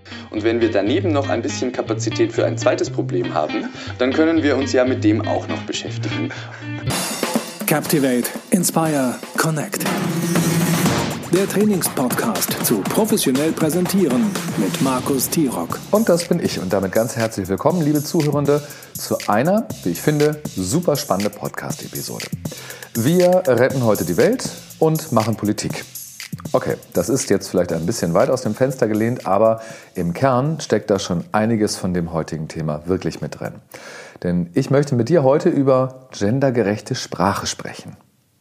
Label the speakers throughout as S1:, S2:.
S1: Und wenn wir daneben noch ein bisschen Kapazität für ein zweites Problem haben, dann können wir uns ja mit dem auch noch beschäftigen.
S2: Captivate, Inspire, Connect. Der Trainingspodcast zu professionell präsentieren mit Markus Tirok.
S3: Und das bin ich und damit ganz herzlich willkommen, liebe Zuhörende, zu einer, wie ich finde, super spannende Podcast-Episode. Wir retten heute die Welt und machen Politik. Okay, das ist jetzt vielleicht ein bisschen weit aus dem Fenster gelehnt, aber im Kern steckt da schon einiges von dem heutigen Thema wirklich mit drin. Denn ich möchte mit dir heute über gendergerechte Sprache sprechen.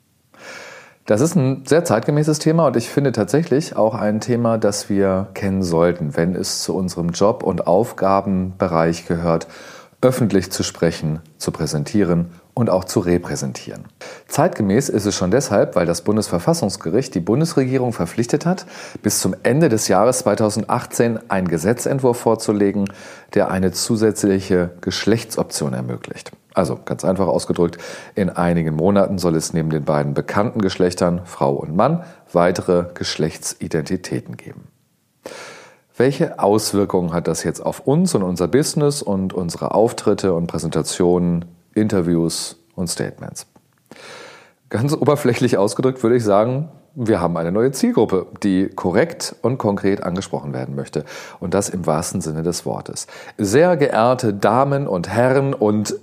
S3: Das ist ein sehr zeitgemäßes Thema und ich finde tatsächlich auch ein Thema, das wir kennen sollten, wenn es zu unserem Job- und Aufgabenbereich gehört, öffentlich zu sprechen, zu präsentieren und auch zu repräsentieren. Zeitgemäß ist es schon deshalb, weil das Bundesverfassungsgericht die Bundesregierung verpflichtet hat, bis zum Ende des Jahres 2018 einen Gesetzentwurf vorzulegen, der eine zusätzliche Geschlechtsoption ermöglicht. Also ganz einfach ausgedrückt, in einigen Monaten soll es neben den beiden bekannten Geschlechtern, Frau und Mann, weitere Geschlechtsidentitäten geben. Welche Auswirkungen hat das jetzt auf uns und unser Business und unsere Auftritte und Präsentationen, Interviews und Statements? Ganz oberflächlich ausgedrückt würde ich sagen, wir haben eine neue Zielgruppe, die korrekt und konkret angesprochen werden möchte. Und das im wahrsten Sinne des Wortes. Sehr geehrte Damen und Herren und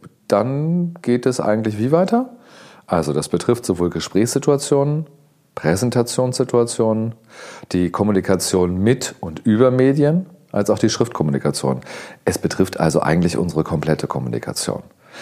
S3: dann geht es eigentlich wie weiter? Also das betrifft sowohl Gesprächssituationen, Präsentationssituationen, die Kommunikation mit und über Medien, als auch die Schriftkommunikation. Es betrifft also eigentlich unsere komplette Kommunikation.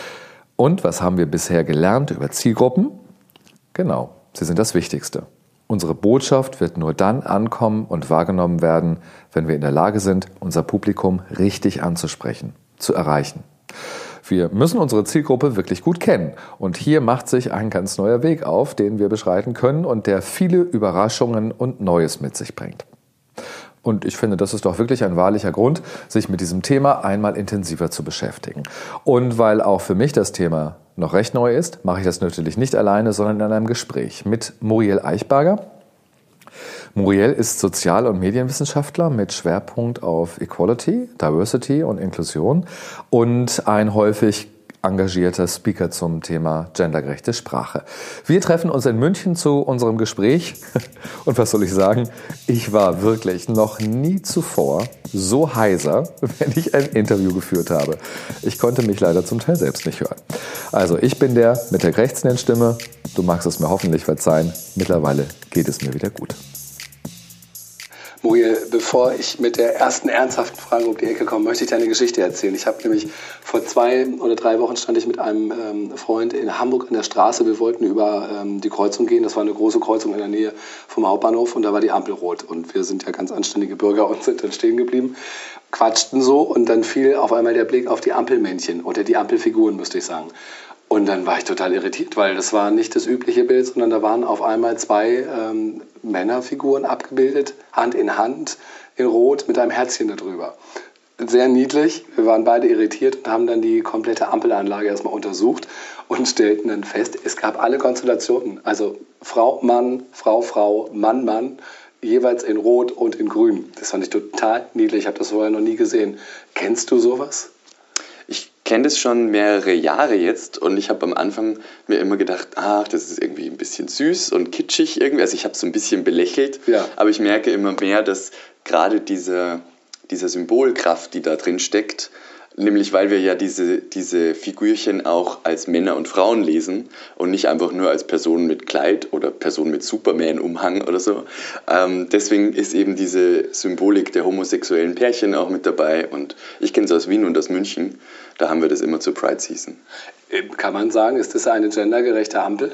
S3: Und was haben wir bisher gelernt über Zielgruppen? Genau, sie sind das Wichtigste. Unsere Botschaft wird nur dann ankommen und wahrgenommen werden, wenn wir in der Lage sind, unser Publikum richtig anzusprechen, zu erreichen. Wir müssen unsere Zielgruppe wirklich gut kennen. Und hier macht sich ein ganz neuer Weg auf, den wir beschreiten können und der viele Überraschungen und Neues mit sich bringt. Und ich finde, das ist doch wirklich ein wahrlicher Grund, sich mit diesem Thema einmal intensiver zu beschäftigen. Und weil auch für mich das Thema noch recht neu ist, mache ich das natürlich nicht alleine, sondern in einem Gespräch mit Muriel Eichberger. Muriel ist Sozial- und Medienwissenschaftler mit Schwerpunkt auf Equality, Diversity und Inklusion und ein häufig engagierter Speaker zum Thema gendergerechte Sprache. Wir treffen uns in München zu unserem Gespräch und was soll ich sagen, ich war wirklich noch nie zuvor so heiser, wenn ich ein Interview geführt habe. Ich konnte mich leider zum Teil selbst nicht hören. Also ich bin der mit der krächzenden Stimme, du magst es mir hoffentlich verzeihen, mittlerweile geht es mir wieder gut.
S4: Muriel, bevor ich mit der ersten ernsthaften Frage um die Ecke komme, möchte ich dir eine Geschichte erzählen. Ich habe nämlich vor 2 oder 3 Wochen stand ich mit einem Freund in Hamburg an der Straße. Wir wollten über die Kreuzung gehen. Das war eine große Kreuzung in der Nähe vom Hauptbahnhof und da war die Ampel rot. Und wir sind ja ganz anständige Bürger und sind dann stehen geblieben, quatschten so und dann fiel auf einmal der Blick auf die Ampelmännchen oder die Ampelfiguren, müsste ich sagen. Und dann war ich total irritiert, weil das war nicht das übliche Bild, sondern da waren auf einmal 2 Männerfiguren abgebildet, Hand in Hand, in Rot, mit einem Herzchen darüber. Sehr niedlich, wir waren beide irritiert und haben dann die komplette Ampelanlage erstmal untersucht und stellten dann fest, es gab alle Konstellationen, also Frau, Mann, Frau, Frau, Mann, Mann, jeweils in Rot und in Grün. Das fand ich total niedlich, ich habe das vorher noch nie gesehen. Kennst du sowas?
S1: Ich kenne das schon mehrere Jahre jetzt und ich habe am Anfang mir immer gedacht, das ist irgendwie ein bisschen süß und kitschig irgendwie. Also ich habe es so ein bisschen belächelt, ja. Aber ich merke immer mehr, dass gerade diese Symbolkraft, die da drin steckt, nämlich weil wir ja diese Figürchen auch als Männer und Frauen lesen und nicht einfach nur als Personen mit Kleid oder Personen mit Superman-Umhang oder so. Deswegen ist eben diese Symbolik der homosexuellen Pärchen auch mit dabei und ich kenne es aus Wien und aus München, da haben wir das immer zur Pride Season.
S4: Kann man sagen, ist das eine gendergerechte Ampel?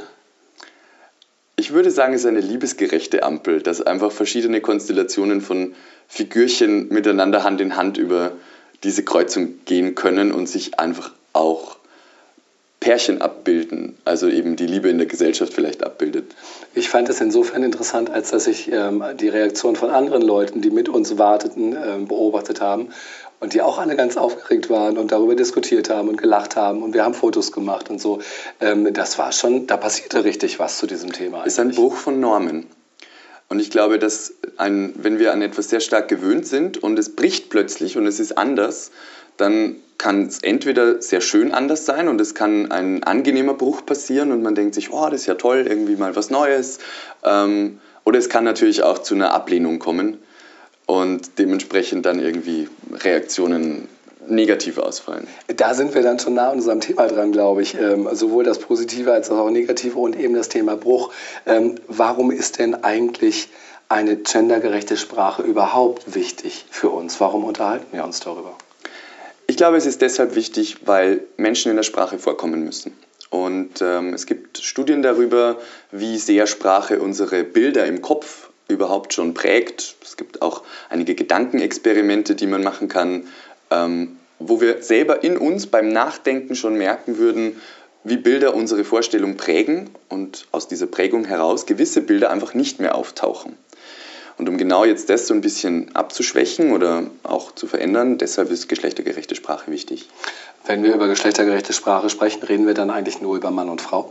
S1: Ich würde sagen, es ist eine liebesgerechte Ampel, dass einfach verschiedene Konstellationen von Figürchen miteinander Hand in Hand über diese Kreuzung gehen können und sich einfach auch Pärchen abbilden, also eben die Liebe in der Gesellschaft vielleicht abbildet.
S4: Ich fand es insofern interessant, als dass ich die Reaktion von anderen Leuten, die mit uns warteten, beobachtet haben und die auch alle ganz aufgeregt waren und darüber diskutiert haben und gelacht haben und wir haben Fotos gemacht und so. Das war schon, da passierte richtig was zu diesem Thema.
S1: Ist ein Bruch von Normen. Und ich glaube, dass wenn wir an etwas sehr stark gewöhnt sind und es bricht plötzlich und es ist anders, dann kann es entweder sehr schön anders sein und es kann ein angenehmer Bruch passieren und man denkt sich, oh, das ist ja toll, irgendwie mal was Neues. Oder es kann natürlich auch zu einer Ablehnung kommen und dementsprechend dann irgendwie Reaktionen negativ ausfallen.
S4: Da sind wir dann schon nah an unserem Thema dran, glaube ich. Sowohl das Positive als auch Negative und eben das Thema Bruch. Warum ist denn eigentlich eine gendergerechte Sprache überhaupt wichtig für uns? Warum unterhalten wir uns darüber?
S1: Ich glaube, es ist deshalb wichtig, weil Menschen in der Sprache vorkommen müssen. Und es gibt Studien darüber, wie sehr Sprache unsere Bilder im Kopf überhaupt schon prägt. Es gibt auch einige Gedankenexperimente, die man machen kann, wo wir selber in uns beim Nachdenken schon merken würden, wie Bilder unsere Vorstellung prägen und aus dieser Prägung heraus gewisse Bilder einfach nicht mehr auftauchen. Und um genau jetzt das so ein bisschen abzuschwächen oder auch zu verändern, deshalb ist geschlechtergerechte Sprache wichtig.
S4: Wenn wir über geschlechtergerechte Sprache sprechen, reden wir dann eigentlich nur über Mann und Frau?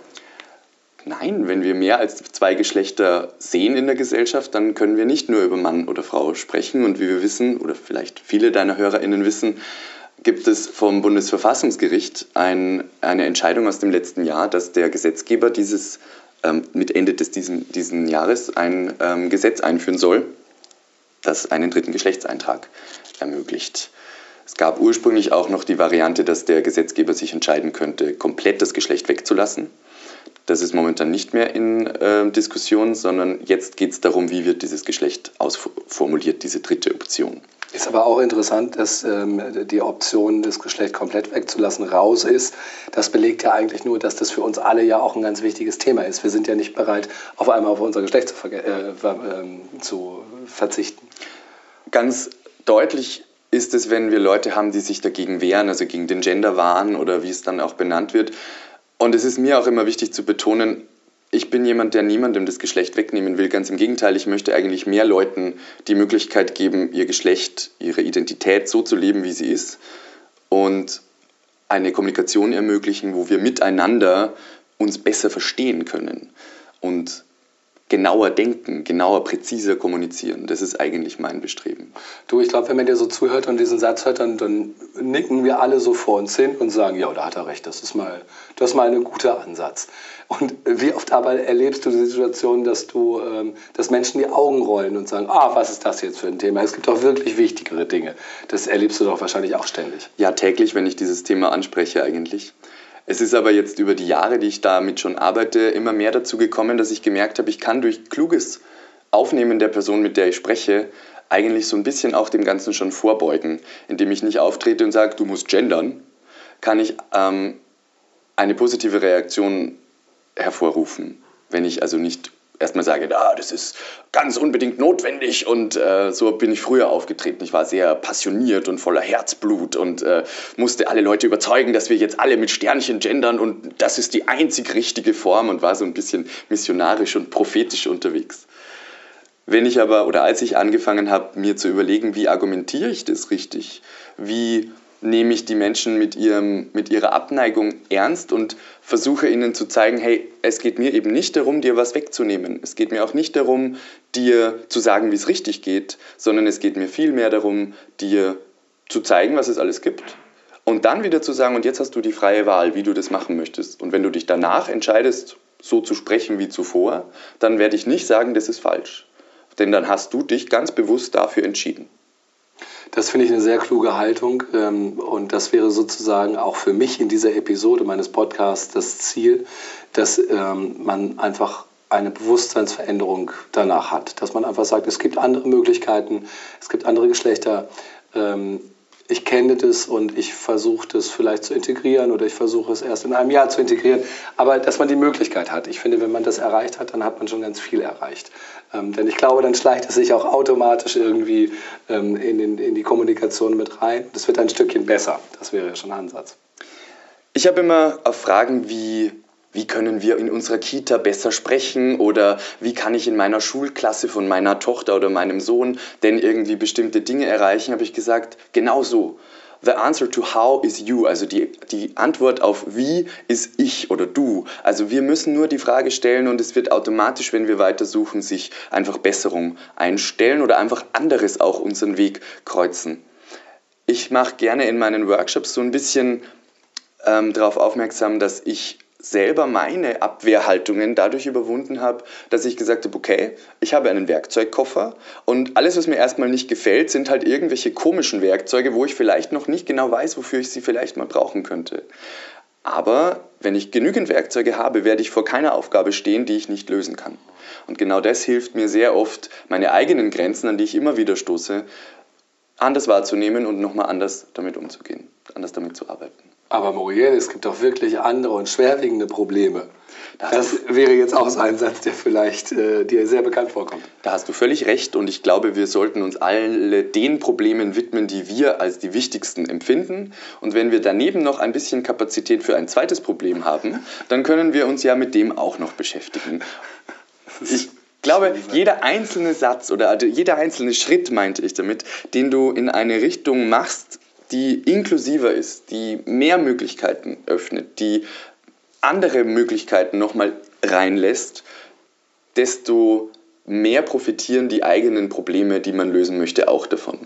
S1: Nein, wenn wir mehr als 2 Geschlechter sehen in der Gesellschaft, dann können wir nicht nur über Mann oder Frau sprechen. Und wie wir wissen, oder vielleicht viele deiner HörerInnen wissen, gibt es vom Bundesverfassungsgericht eine Entscheidung aus dem letzten Jahr, dass der Gesetzgeber mit Ende diesen Jahres ein Gesetz einführen soll, das einen 3. Geschlechtseintrag ermöglicht. Es gab ursprünglich auch noch die Variante, dass der Gesetzgeber sich entscheiden könnte, komplett das Geschlecht wegzulassen. Das ist momentan nicht mehr in Diskussion, sondern jetzt geht es darum, wie wird dieses Geschlecht ausformuliert, diese 3. Option.
S4: Ist aber auch interessant, dass die Option, das Geschlecht komplett wegzulassen, raus ist. Das belegt ja eigentlich nur, dass das für uns alle ja auch ein ganz wichtiges Thema ist. Wir sind ja nicht bereit, auf einmal auf unser Geschlecht zu verzichten.
S1: Ganz deutlich ist es, wenn wir Leute haben, die sich dagegen wehren, also gegen den Genderwahn oder wie es dann auch benannt wird. Und es ist mir auch immer wichtig zu betonen, ich bin jemand, der niemandem das Geschlecht wegnehmen will. Ganz im Gegenteil, ich möchte eigentlich mehr Leuten die Möglichkeit geben, ihr Geschlecht, ihre Identität so zu leben, wie sie ist. Und eine Kommunikation ermöglichen, wo wir miteinander uns besser verstehen können. Und genauer denken, genauer, präziser kommunizieren. Das ist eigentlich mein Bestreben.
S4: Du, ich glaube, wenn man dir so zuhört und diesen Satz hört, dann nicken wir alle so vor uns hin und sagen, ja, da hat er recht, das ist mal ein guter Ansatz. Und wie oft aber erlebst du die Situation, dass Menschen die Augen rollen und sagen, was ist das jetzt für ein Thema? Es gibt doch wirklich wichtigere Dinge. Das erlebst du doch wahrscheinlich auch ständig.
S1: Ja, täglich, wenn ich dieses Thema anspreche eigentlich. Es ist aber jetzt über die Jahre, die ich damit schon arbeite, immer mehr dazu gekommen, dass ich gemerkt habe, ich kann durch kluges Aufnehmen der Person, mit der ich spreche, eigentlich so ein bisschen auch dem Ganzen schon vorbeugen. Indem ich nicht auftrete und sage, du musst gendern, kann ich eine positive Reaktion hervorrufen. Wenn ich also nicht erstmal sage, das ist ganz unbedingt notwendig und so bin ich früher aufgetreten. Ich war sehr passioniert und voller Herzblut und musste alle Leute überzeugen, dass wir jetzt alle mit Sternchen gendern und das ist die einzig richtige Form und war so ein bisschen missionarisch und prophetisch unterwegs. Als ich angefangen habe, mir zu überlegen, wie argumentiere ich das richtig, wie nehme ich die Menschen mit ihrer Abneigung ernst und versuche ihnen zu zeigen, hey, es geht mir eben nicht darum, dir was wegzunehmen. Es geht mir auch nicht darum, dir zu sagen, wie es richtig geht, sondern es geht mir vielmehr darum, dir zu zeigen, was es alles gibt und dann wieder zu sagen, und jetzt hast du die freie Wahl, wie du das machen möchtest. Und wenn du dich danach entscheidest, so zu sprechen wie zuvor, dann werde ich nicht sagen, das ist falsch. Denn dann hast du dich ganz bewusst dafür entschieden.
S4: Das finde ich eine sehr kluge Haltung und das wäre sozusagen auch für mich in dieser Episode meines Podcasts das Ziel, dass man einfach eine Bewusstseinsveränderung danach hat. Dass man einfach sagt, es gibt andere Möglichkeiten, es gibt andere Geschlechter. Ich kenne das und ich versuche das vielleicht zu integrieren oder ich versuche es erst in einem Jahr zu integrieren. Aber dass man die Möglichkeit hat. Ich finde, wenn man das erreicht hat, dann hat man schon ganz viel erreicht. Denn ich glaube, dann schleicht es sich auch automatisch irgendwie in die Kommunikation mit rein. Das wird ein Stückchen besser. Das wäre ja schon ein Ansatz.
S1: Ich habe immer auf Fragen wie können wir in unserer Kita besser sprechen oder wie kann ich in meiner Schulklasse von meiner Tochter oder meinem Sohn denn irgendwie bestimmte Dinge erreichen, habe ich gesagt, genau so. the answer to how is you, also die Antwort auf wie ist ich oder du. Also wir müssen nur die Frage stellen und es wird automatisch, wenn wir weitersuchen, sich einfach Besserung einstellen oder einfach anderes auch unseren Weg kreuzen. Ich mache gerne in meinen Workshops so ein bisschen darauf aufmerksam, dass ich selber meine Abwehrhaltungen dadurch überwunden habe, dass ich gesagt habe, okay, ich habe einen Werkzeugkoffer und alles, was mir erstmal nicht gefällt, sind halt irgendwelche komischen Werkzeuge, wo ich vielleicht noch nicht genau weiß, wofür ich sie vielleicht mal brauchen könnte. Aber wenn ich genügend Werkzeuge habe, werde ich vor keiner Aufgabe stehen, die ich nicht lösen kann. Und genau das hilft mir sehr oft, meine eigenen Grenzen, an die ich immer wieder stoße, anders wahrzunehmen und nochmal anders damit umzugehen, anders damit zu arbeiten.
S4: Aber Muriel, es gibt doch wirklich andere und schwerwiegende Probleme. Das wäre jetzt auch so ein Satz, der vielleicht dir sehr bekannt vorkommt.
S1: Da hast du völlig recht und ich glaube, wir sollten uns alle den Problemen widmen, die wir als die wichtigsten empfinden. Und wenn wir daneben noch ein bisschen Kapazität für ein zweites Problem haben, dann können wir uns ja mit dem auch noch beschäftigen. Ich glaube, jeder einzelne Satz oder jeder einzelne Schritt, meinte ich damit, den du in eine Richtung machst, die inklusiver ist, die mehr Möglichkeiten öffnet, die andere Möglichkeiten nochmal reinlässt, desto mehr profitieren die eigenen Probleme, die man lösen möchte, auch davon.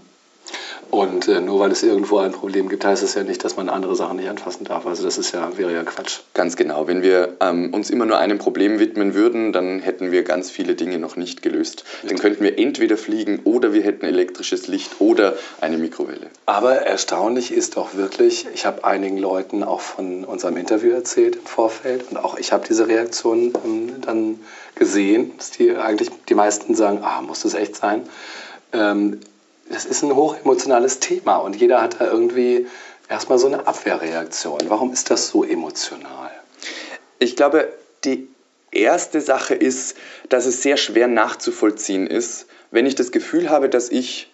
S4: Und nur weil es irgendwo ein Problem gibt, heißt es ja nicht, dass man andere Sachen nicht anfassen darf. Also das wäre ja Quatsch.
S1: Ganz genau. Wenn wir uns immer nur einem Problem widmen würden, dann hätten wir ganz viele Dinge noch nicht gelöst. Dann könnten wir entweder fliegen oder wir hätten elektrisches Licht oder eine Mikrowelle.
S4: Aber erstaunlich ist doch wirklich, ich habe einigen Leuten auch von unserem Interview erzählt im Vorfeld und auch ich habe diese Reaktion dann gesehen, dass die meisten sagen, muss das echt sein? Das ist ein hochemotionales Thema und jeder hat da irgendwie erstmal so eine Abwehrreaktion. Warum ist das so emotional?
S1: Ich glaube, die erste Sache ist, dass es sehr schwer nachzuvollziehen ist, wenn ich das Gefühl habe, dass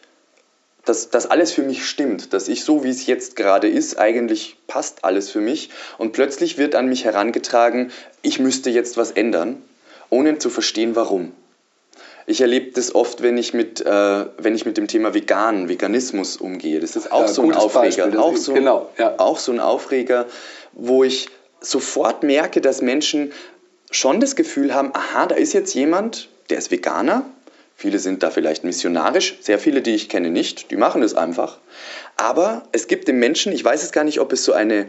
S1: alles für mich stimmt, dass ich so, wie es jetzt gerade ist, eigentlich passt alles für mich und plötzlich wird an mich herangetragen, ich müsste jetzt was ändern, ohne zu verstehen, warum. Ich erlebe das oft, wenn ich mit dem Thema Veganismus umgehe. Das ist auch so ein Aufreger. Auch so ein Aufreger, wo ich sofort merke, dass Menschen schon das Gefühl haben, aha, da ist jetzt jemand, der ist Veganer. Viele sind da vielleicht missionarisch, sehr viele, die ich kenne, nicht. Die machen das einfach. Aber es gibt den Menschen, ich weiß es gar nicht, ob es so ein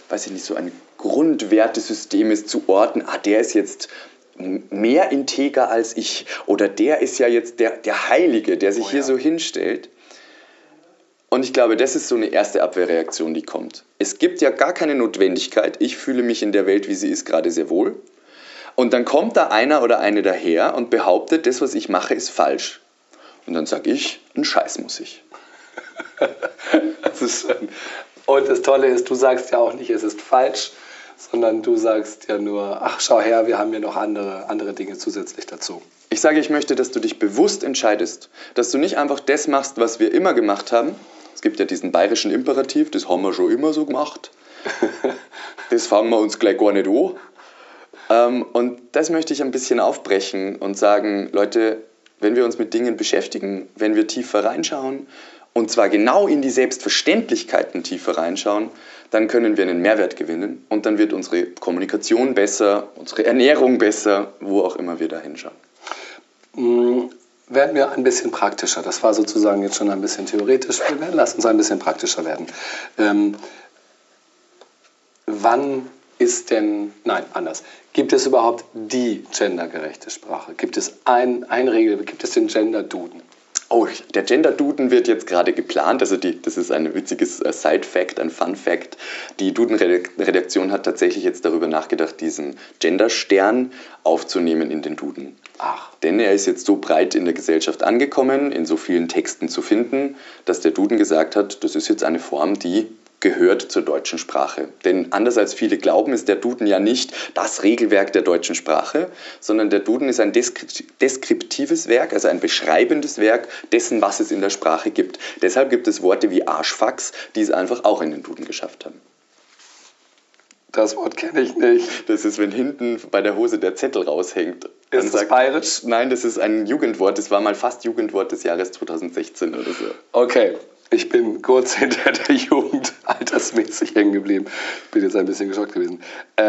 S1: Grundwertesystem ist, zu orten, der ist jetzt mehr integer als ich oder der ist ja jetzt der Heilige, der sich hier so hinstellt. Und ich glaube, das ist so eine erste Abwehrreaktion, die kommt. Es gibt ja gar keine Notwendigkeit, ich fühle mich in der Welt, wie sie ist, gerade sehr wohl. Und dann kommt da einer oder eine daher und behauptet, das, was ich mache, ist falsch. Und dann sage ich, einen Scheiß muss ich.
S4: Und das Tolle ist, du sagst ja auch nicht, es ist falsch, sondern du sagst ja nur, ach schau her, wir haben ja noch andere Dinge zusätzlich dazu.
S1: Ich sage, ich möchte, dass du dich bewusst entscheidest, dass du nicht einfach das machst, was wir immer gemacht haben. Es gibt ja diesen bayerischen Imperativ, das haben wir schon immer so gemacht. Das fangen wir uns gleich gar nicht an. Und das möchte ich ein bisschen aufbrechen und sagen, Leute, wenn wir uns mit Dingen beschäftigen, wenn wir tiefer reinschauen, und zwar genau in die Selbstverständlichkeiten tiefer reinschauen, dann können wir einen Mehrwert gewinnen und dann wird unsere Kommunikation besser, unsere Ernährung besser, wo auch immer wir da hinschauen.
S4: Werden wir ein bisschen praktischer. Das war sozusagen jetzt schon ein bisschen theoretisch. Lass uns ein bisschen praktischer werden. Gibt es überhaupt die gendergerechte Sprache? Gibt es eine Regel? Gibt es den Gender-Duden?
S1: Oh, der Gender-Duden wird jetzt gerade geplant. Also das ist ein witziges Side-Fact, ein Fun-Fact. Die Duden-Redaktion hat tatsächlich jetzt darüber nachgedacht, diesen Gender-Stern aufzunehmen in den Duden.
S4: Ach.
S1: Denn er ist jetzt so breit in der Gesellschaft angekommen, in so vielen Texten zu finden, dass der Duden gesagt hat, das ist jetzt eine Form, die gehört zur deutschen Sprache. Denn anders als viele glauben, ist der Duden ja nicht das Regelwerk der deutschen Sprache, sondern der Duden ist ein deskriptives Werk, also ein beschreibendes Werk dessen, was es in der Sprache gibt. Deshalb gibt es Worte wie Arschfax, die es einfach auch in den Duden geschafft haben.
S4: Das Wort kenne ich nicht.
S1: Das ist, wenn hinten bei der Hose der Zettel raushängt.
S4: Ist das bayerisch?
S1: Nein, das ist ein Jugendwort. Das war mal fast Jugendwort des Jahres 2016 oder so.
S4: Okay. Ich bin kurz hinter der Jugend altersmäßig hängen geblieben. Bin jetzt ein bisschen geschockt gewesen.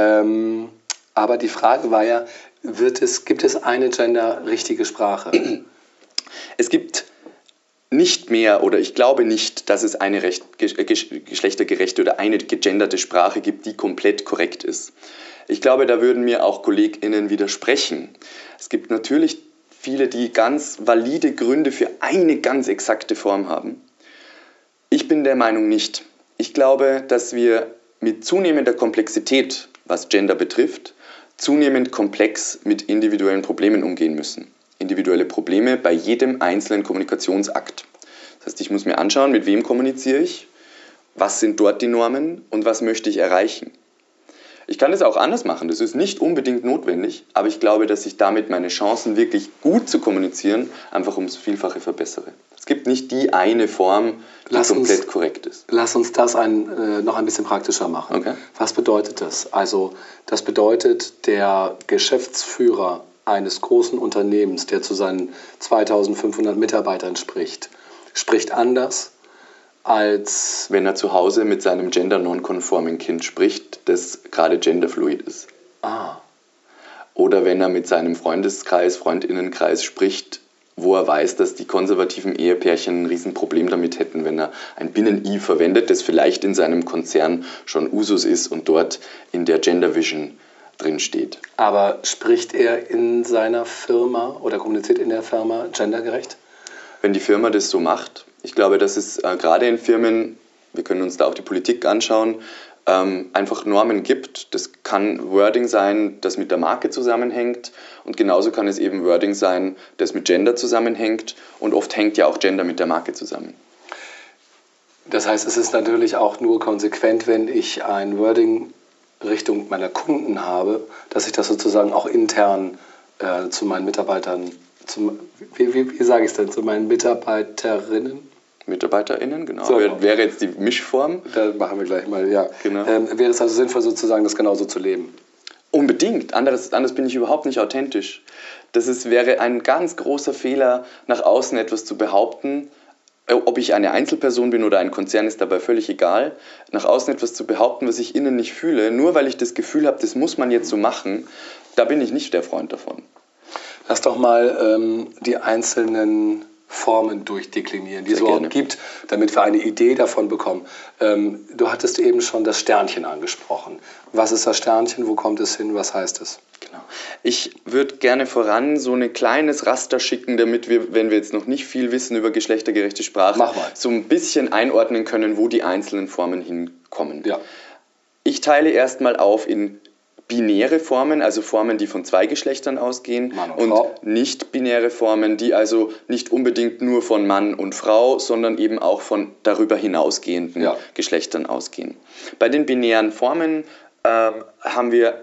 S4: Aber die Frage war ja, gibt es eine genderrichtige Sprache?
S1: Es gibt nicht mehr, oder ich glaube nicht, dass es eine geschlechtergerechte oder eine gegenderte Sprache gibt, die komplett korrekt ist. Ich glaube, da würden mir auch KollegInnen widersprechen. Es gibt natürlich viele, die ganz valide Gründe für eine ganz exakte Form haben. Ich bin der Meinung nicht. Ich glaube, dass wir mit zunehmender Komplexität, was Gender betrifft, zunehmend komplex mit individuellen Problemen umgehen müssen. Individuelle Probleme bei jedem einzelnen Kommunikationsakt. Das heißt, ich muss mir anschauen, mit wem kommuniziere ich, was sind dort die Normen und was möchte ich erreichen. Ich kann das auch anders machen, das ist nicht unbedingt notwendig, aber ich glaube, dass ich damit meine Chancen, wirklich gut zu kommunizieren, einfach ums Vielfache verbessere. Es gibt nicht die eine Form, die komplett korrekt ist.
S4: Lass uns das noch ein bisschen praktischer machen.
S1: Okay.
S4: Was bedeutet das? Also, das bedeutet, der Geschäftsführer eines großen Unternehmens, der zu seinen 2500 Mitarbeitern spricht anders, als
S1: wenn er zu Hause mit seinem gender-nonkonformen Kind spricht, das gerade genderfluid ist. Oder wenn er mit seinem Freundeskreis, Freundinnenkreis spricht, wo er weiß, dass die konservativen Ehepärchen ein Riesenproblem damit hätten, wenn er ein Binnen-I verwendet, das vielleicht in seinem Konzern schon Usus ist und dort in der Gender Vision drin steht.
S4: Aber spricht er in seiner Firma oder kommuniziert in der Firma gendergerecht?
S1: Wenn die Firma das so macht, ich glaube, dass es gerade in Firmen, wir können uns da auch die Politik anschauen, einfach Normen gibt. Das kann Wording sein, das mit der Marke zusammenhängt, und genauso kann es eben Wording sein, das mit Gender zusammenhängt, und oft hängt ja auch Gender mit der Marke zusammen.
S4: Das heißt, es ist natürlich auch nur konsequent, wenn ich ein Wording Richtung meiner Kunden habe, dass ich das sozusagen auch intern zu meinen Mitarbeitern, wie sage ich es denn, zu meinen
S1: MitarbeiterInnen, genau. So, wäre jetzt die Mischform.
S4: Da machen wir gleich mal, ja.
S1: Genau.
S4: Wäre es also sinnvoll, sozusagen das genauso zu leben?
S1: Unbedingt. Anders bin ich überhaupt nicht authentisch. Wäre ein ganz großer Fehler, nach außen etwas zu behaupten. Ob ich eine Einzelperson bin oder ein Konzern, ist dabei völlig egal. Nach außen etwas zu behaupten, was ich innen nicht fühle, nur weil ich das Gefühl habe, das muss man jetzt so machen, da bin ich nicht der Freund davon.
S4: Lass doch mal die einzelnen Formen durchdeklinieren, die es überhaupt gibt, damit wir eine Idee davon bekommen. Du hattest eben schon das Sternchen angesprochen. Was ist das Sternchen? Wo kommt es hin? Was heißt es?
S1: Genau. Ich würde gerne voran so ein kleines Raster schicken, damit wir, wenn wir jetzt noch nicht viel wissen über geschlechtergerechte Sprache, so ein bisschen einordnen können, wo die einzelnen Formen hinkommen.
S4: Ja.
S1: Ich teile erstmal auf in binäre Formen, also Formen, die von zwei Geschlechtern ausgehen, und nicht-binäre Formen, die also nicht unbedingt nur von Mann und Frau, sondern eben auch von darüber hinausgehenden Geschlechtern ausgehen. Bei den binären Formen haben wir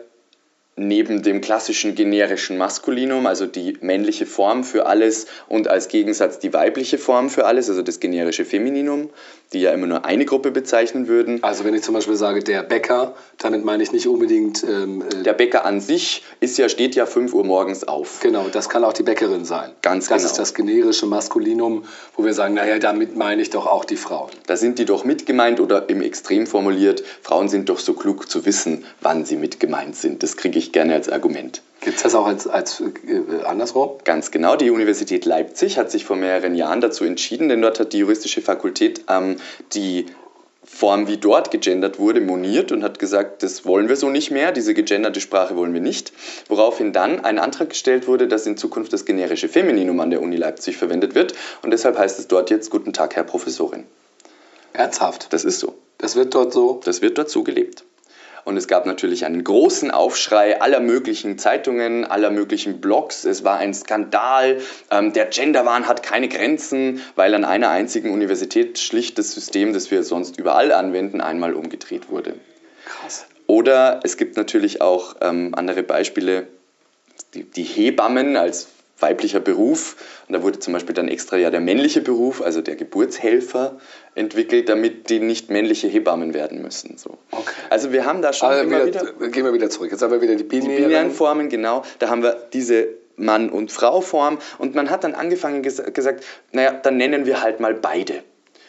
S1: neben dem klassischen generischen Maskulinum, also die männliche Form für alles, und als Gegensatz die weibliche Form für alles, also das generische Femininum, die ja immer nur eine Gruppe bezeichnen würden.
S4: Also wenn ich zum Beispiel sage, der Bäcker, damit meine ich nicht unbedingt...
S1: der Bäcker an sich steht ja 5 Uhr morgens auf.
S4: Genau, das kann auch die Bäckerin sein.
S1: Ganz genau.
S4: Das ist das generische Maskulinum, wo wir sagen, naja, damit meine ich doch auch die Frauen.
S1: Da sind die doch mit gemeint, oder im Extrem formuliert, Frauen sind doch so klug zu wissen, wann sie mit gemeint sind. Das kriege ich gerne als Argument.
S4: Gibt es das auch als andersrum?
S1: Ganz genau. Die Universität Leipzig hat sich vor mehreren Jahren dazu entschieden, denn dort hat die juristische Fakultät die Form, wie dort gegendert wurde, moniert und hat gesagt, das wollen wir so nicht mehr, diese gegenderte Sprache wollen wir nicht. Woraufhin dann ein Antrag gestellt wurde, dass in Zukunft das generische Femininum an der Uni Leipzig verwendet wird, und deshalb heißt es dort jetzt Guten Tag, Herr Professorin.
S4: Ernsthaft?
S1: Das ist so.
S4: Das wird dort so?
S1: Das wird dort so gelebt. Und es gab natürlich einen großen Aufschrei aller möglichen Zeitungen, aller möglichen Blogs. Es war ein Skandal. Der Genderwahn hat keine Grenzen, weil an einer einzigen Universität schlicht das System, das wir sonst überall anwenden, einmal umgedreht wurde.
S4: Krass.
S1: Oder es gibt natürlich auch andere Beispiele, die Hebammen als weiblicher Beruf. Und da wurde zum Beispiel dann extra der männliche Beruf, also der Geburtshelfer, entwickelt, damit die nicht männliche Hebammen werden müssen. So.
S4: Okay.
S1: Also wir haben da schon
S4: Gehen wir wieder zurück. Jetzt haben wir wieder die
S1: binären Formen, genau. Da haben wir diese Mann- und Frau-Form. Und man hat dann angefangen gesagt, naja, dann nennen wir halt mal beide.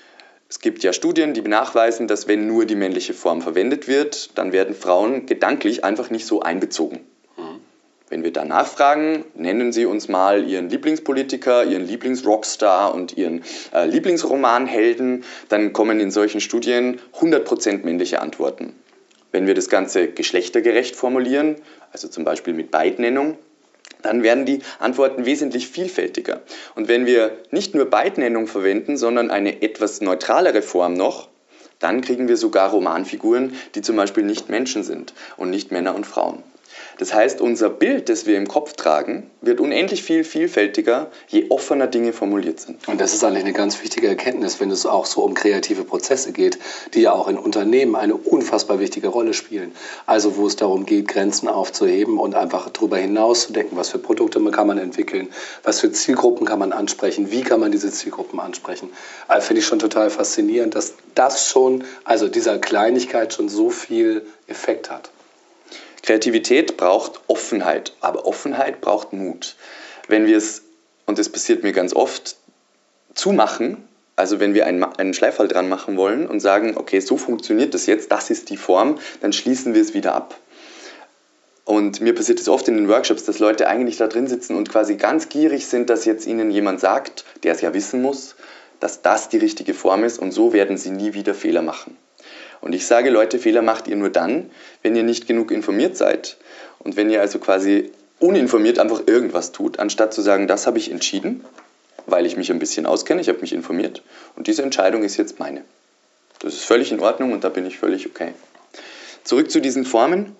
S1: Es gibt ja Studien, die nachweisen, dass wenn nur die männliche Form verwendet wird, dann werden Frauen gedanklich einfach nicht so einbezogen. Wenn wir da nachfragen, nennen Sie uns mal Ihren Lieblingspolitiker, Ihren Lieblingsrockstar und Ihren Lieblingsromanhelden, dann kommen in solchen Studien 100% männliche Antworten. Wenn wir das Ganze geschlechtergerecht formulieren, also zum Beispiel mit Beidnennung, dann werden die Antworten wesentlich vielfältiger. Und wenn wir nicht nur Beidnennung verwenden, sondern eine etwas neutralere Form noch, dann kriegen wir sogar Romanfiguren, die zum Beispiel nicht Menschen sind und nicht Männer und Frauen. Das heißt, unser Bild, das wir im Kopf tragen, wird unendlich viel vielfältiger, je offener Dinge formuliert sind.
S4: Und das ist eigentlich eine ganz wichtige Erkenntnis, wenn es auch so um kreative Prozesse geht, die ja auch in Unternehmen eine unfassbar wichtige Rolle spielen. Also wo es darum geht, Grenzen aufzuheben und einfach darüber hinaus zu denken, was für Produkte kann man entwickeln, was für Zielgruppen kann man ansprechen, wie kann man diese Zielgruppen ansprechen. Also finde ich schon total faszinierend, dass das schon, also dieser Kleinigkeit schon so viel Effekt hat.
S1: Kreativität braucht Offenheit, aber Offenheit braucht Mut. Wenn wir es, und das passiert mir ganz oft, zumachen, also wenn wir einen Schleifhalt dran machen wollen und sagen, okay, so funktioniert das jetzt, das ist die Form, dann schließen wir es wieder ab. Und mir passiert es oft in den Workshops, dass Leute eigentlich da drin sitzen und quasi ganz gierig sind, dass jetzt ihnen jemand sagt, der es ja wissen muss, dass das die richtige Form ist und so werden sie nie wieder Fehler machen. Und ich sage, Leute, Fehler macht ihr nur dann, wenn ihr nicht genug informiert seid. Und wenn ihr also quasi uninformiert einfach irgendwas tut, anstatt zu sagen, das habe ich entschieden, weil ich mich ein bisschen auskenne, ich habe mich informiert und diese Entscheidung ist jetzt meine. Das ist völlig in Ordnung und da bin ich völlig okay. Zurück zu diesen Formen.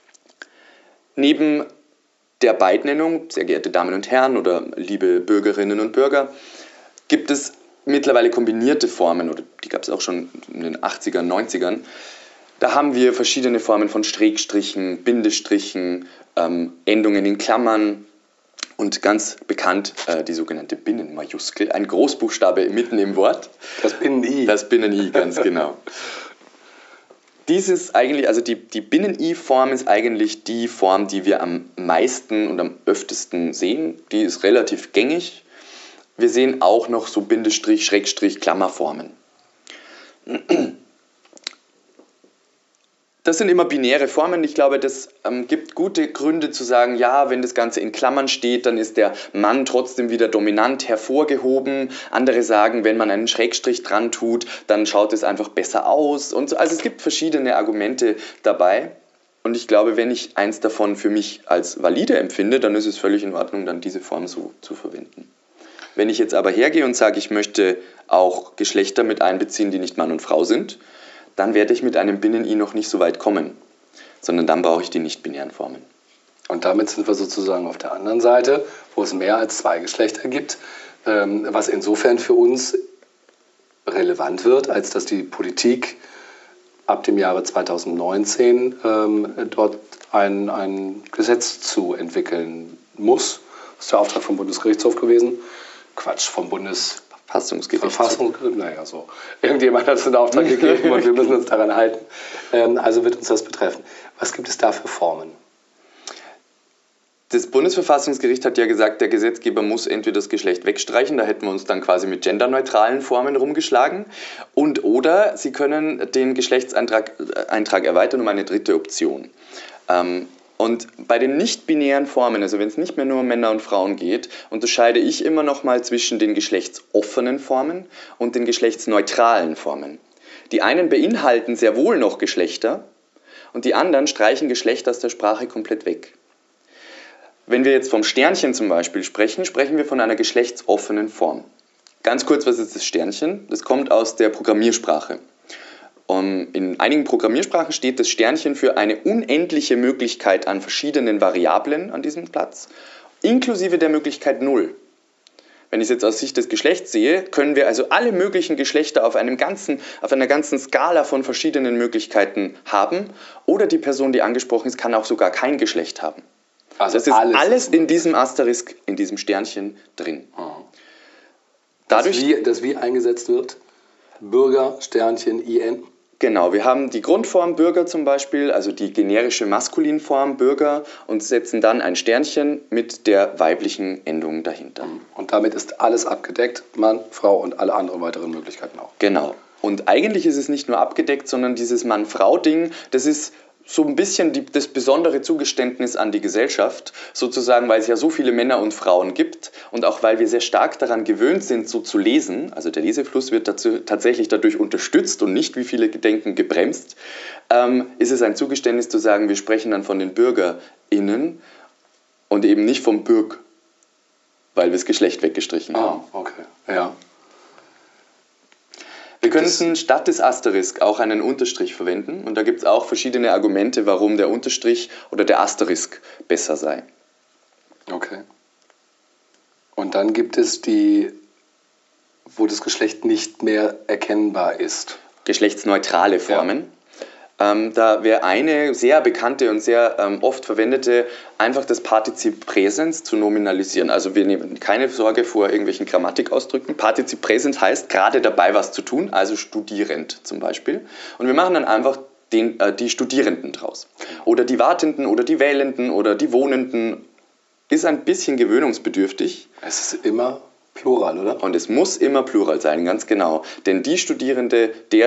S1: Neben der Beidnennung, sehr geehrte Damen und Herren oder liebe Bürgerinnen und Bürger, gibt es mittlerweile kombinierte Formen, oder die gab es auch schon in den 80ern, 90ern. Da haben wir verschiedene Formen von Schrägstrichen, Bindestrichen, Endungen in Klammern und ganz bekannt die sogenannte Binnenmajuskel, ein Großbuchstabe mitten im Wort.
S4: Das Binnen-I.
S1: Das Binnen-I, ganz genau. Dieses eigentlich, also die Binnen-I-Form ist eigentlich die Form, die wir am meisten und am öftesten sehen. Die ist relativ gängig. Wir sehen auch noch so Bindestrich, Schrägstrich, Klammerformen. Das sind immer binäre Formen. Ich glaube, das gibt gute Gründe zu sagen, ja, wenn das Ganze in Klammern steht, dann ist der Mann trotzdem wieder dominant hervorgehoben. Andere sagen, wenn man einen Schrägstrich dran tut, dann schaut es einfach besser aus. Und so. Also es gibt verschiedene Argumente dabei. Und ich glaube, wenn ich eins davon für mich als valide empfinde, dann ist es völlig in Ordnung, dann diese Form so zu verwenden. Wenn ich jetzt aber hergehe und sage, ich möchte auch Geschlechter mit einbeziehen, die nicht Mann und Frau sind, dann werde ich mit einem Binnen-I noch nicht so weit kommen, sondern dann brauche ich die nicht-binären Formen.
S4: Und damit sind wir sozusagen auf der anderen Seite, wo es mehr als zwei Geschlechter gibt, was insofern für uns relevant wird, als dass die Politik ab dem Jahre 2019 dort ein Gesetz zu entwickeln muss. Das ist der Auftrag vom Bundesgerichtshof gewesen. Quatsch, vom Bundesverfassungsgericht. Naja, so. Irgendjemand hat uns einen Auftrag gegeben und wir müssen uns daran halten. Also wird uns das betreffen. Was gibt es da für Formen?
S1: Das Bundesverfassungsgericht hat ja gesagt, der Gesetzgeber muss entweder das Geschlecht wegstreichen, da hätten wir uns dann quasi mit genderneutralen Formen rumgeschlagen, oder sie können den Geschlechtseintrag erweitern um eine dritte Option. Und bei den nicht-binären Formen, also wenn es nicht mehr nur um Männer und Frauen geht, unterscheide ich immer noch mal zwischen den geschlechtsoffenen Formen und den geschlechtsneutralen Formen. Die einen beinhalten sehr wohl noch Geschlechter und die anderen streichen Geschlechter aus der Sprache komplett weg. Wenn wir jetzt vom Sternchen zum Beispiel sprechen, sprechen wir von einer geschlechtsoffenen Form. Ganz kurz, was ist das Sternchen? Das kommt aus der Programmiersprache. In einigen Programmiersprachen steht das Sternchen für eine unendliche Möglichkeit an verschiedenen Variablen an diesem Platz, inklusive der Möglichkeit 0. Wenn ich es jetzt aus Sicht des Geschlechts sehe, können wir also alle möglichen Geschlechter auf einer ganzen Skala von verschiedenen Möglichkeiten haben, oder die Person, die angesprochen ist, kann auch sogar kein Geschlecht haben. Also das ist alles in diesem Asterisk, in diesem Sternchen drin.
S4: Dadurch, das wie eingesetzt wird? Bürger, Sternchen, IN?
S1: Genau, wir haben die Grundform Bürger zum Beispiel, also die generische Maskulinform Bürger, und setzen dann ein Sternchen mit der weiblichen Endung dahinter.
S4: Und damit ist alles abgedeckt, Mann, Frau und alle anderen weiteren Möglichkeiten auch.
S1: Genau. Und eigentlich ist es nicht nur abgedeckt, sondern dieses Mann-Frau-Ding, das ist so ein bisschen das besondere Zugeständnis an die Gesellschaft, sozusagen, weil es ja so viele Männer und Frauen gibt und auch weil wir sehr stark daran gewöhnt sind, so zu lesen, also der Lesefluss wird tatsächlich dadurch unterstützt und nicht, wie viele denken, gebremst, ist es ein Zugeständnis zu sagen, wir sprechen dann von den BürgerInnen und eben nicht vom Bürg, weil wir das Geschlecht weggestrichen haben.
S4: Okay, ja.
S1: Wir könnten statt des Asterisk auch einen Unterstrich verwenden und da gibt es auch verschiedene Argumente, warum der Unterstrich oder der Asterisk besser sei.
S4: Okay. Und dann gibt es die, wo das Geschlecht nicht mehr erkennbar ist.
S1: Geschlechtsneutrale Formen. Ja. Da wäre eine sehr bekannte und sehr oft verwendete, einfach das Partizip Präsens zu nominalisieren. Also wir nehmen keine Sorge vor irgendwelchen Grammatikausdrücken. Partizip Präsens heißt gerade dabei was zu tun, also studierend zum Beispiel. Und wir machen dann einfach die Studierenden draus. Oder die Wartenden oder die Wählenden oder die Wohnenden. Ist ein bisschen gewöhnungsbedürftig.
S4: Es ist immer Plural, oder?
S1: Und es muss immer Plural sein, ganz genau. Denn die Studierende, der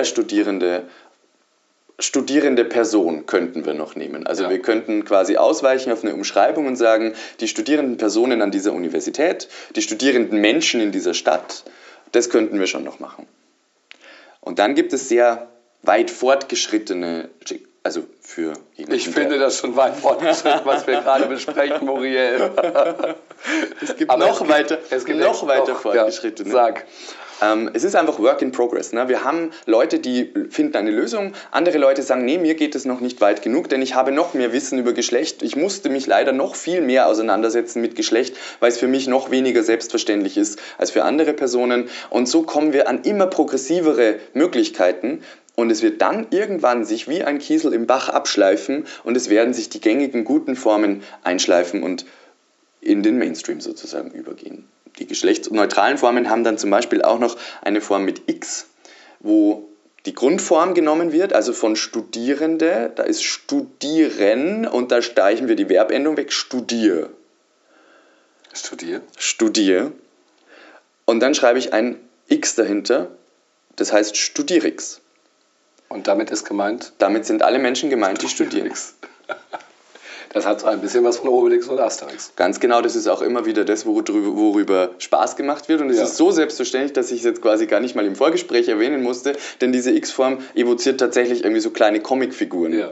S1: studierende Person könnten wir noch nehmen. Also wir könnten quasi ausweichen auf eine Umschreibung und sagen, die studierenden Personen an dieser Universität, die studierenden Menschen in dieser Stadt, das könnten wir schon noch machen. Und dann gibt es sehr weit fortgeschrittene, also für jemanden,
S4: ich finde das schon weit fortgeschritten, was wir gerade besprechen, Muriel.
S1: Es gibt noch weiter fortgeschrittene.
S4: Ja, sag.
S1: Es ist einfach Work in Progress. Ne? Wir haben Leute, die finden eine Lösung. Andere Leute sagen, nee, mir geht es noch nicht weit genug, denn ich habe noch mehr Wissen über Geschlecht. Ich musste mich leider noch viel mehr auseinandersetzen mit Geschlecht, weil es für mich noch weniger selbstverständlich ist als für andere Personen. Und so kommen wir an immer progressivere Möglichkeiten. Und es wird dann irgendwann sich wie ein Kiesel im Bach abschleifen und es werden sich die gängigen guten Formen einschleifen und in den Mainstream sozusagen übergehen. Die geschlechtsneutralen Formen haben dann zum Beispiel auch noch eine Form mit X, wo die Grundform genommen wird, also von Studierende, da ist studieren und da streichen wir die Verbendung weg, studier. Studier. Und dann schreibe ich ein X dahinter, das heißt Studierix.
S4: Und damit ist gemeint?
S1: Damit sind alle Menschen gemeint, die studieren.
S4: Das hat so ein bisschen was von Obelix und Asterix.
S1: Ganz genau, das ist auch immer wieder das, worüber Spaß gemacht wird. Und es ist so selbstverständlich, dass ich es jetzt quasi gar nicht mal im Vorgespräch erwähnen musste, denn diese X-Form evoziert tatsächlich irgendwie so kleine Comicfiguren. Ja.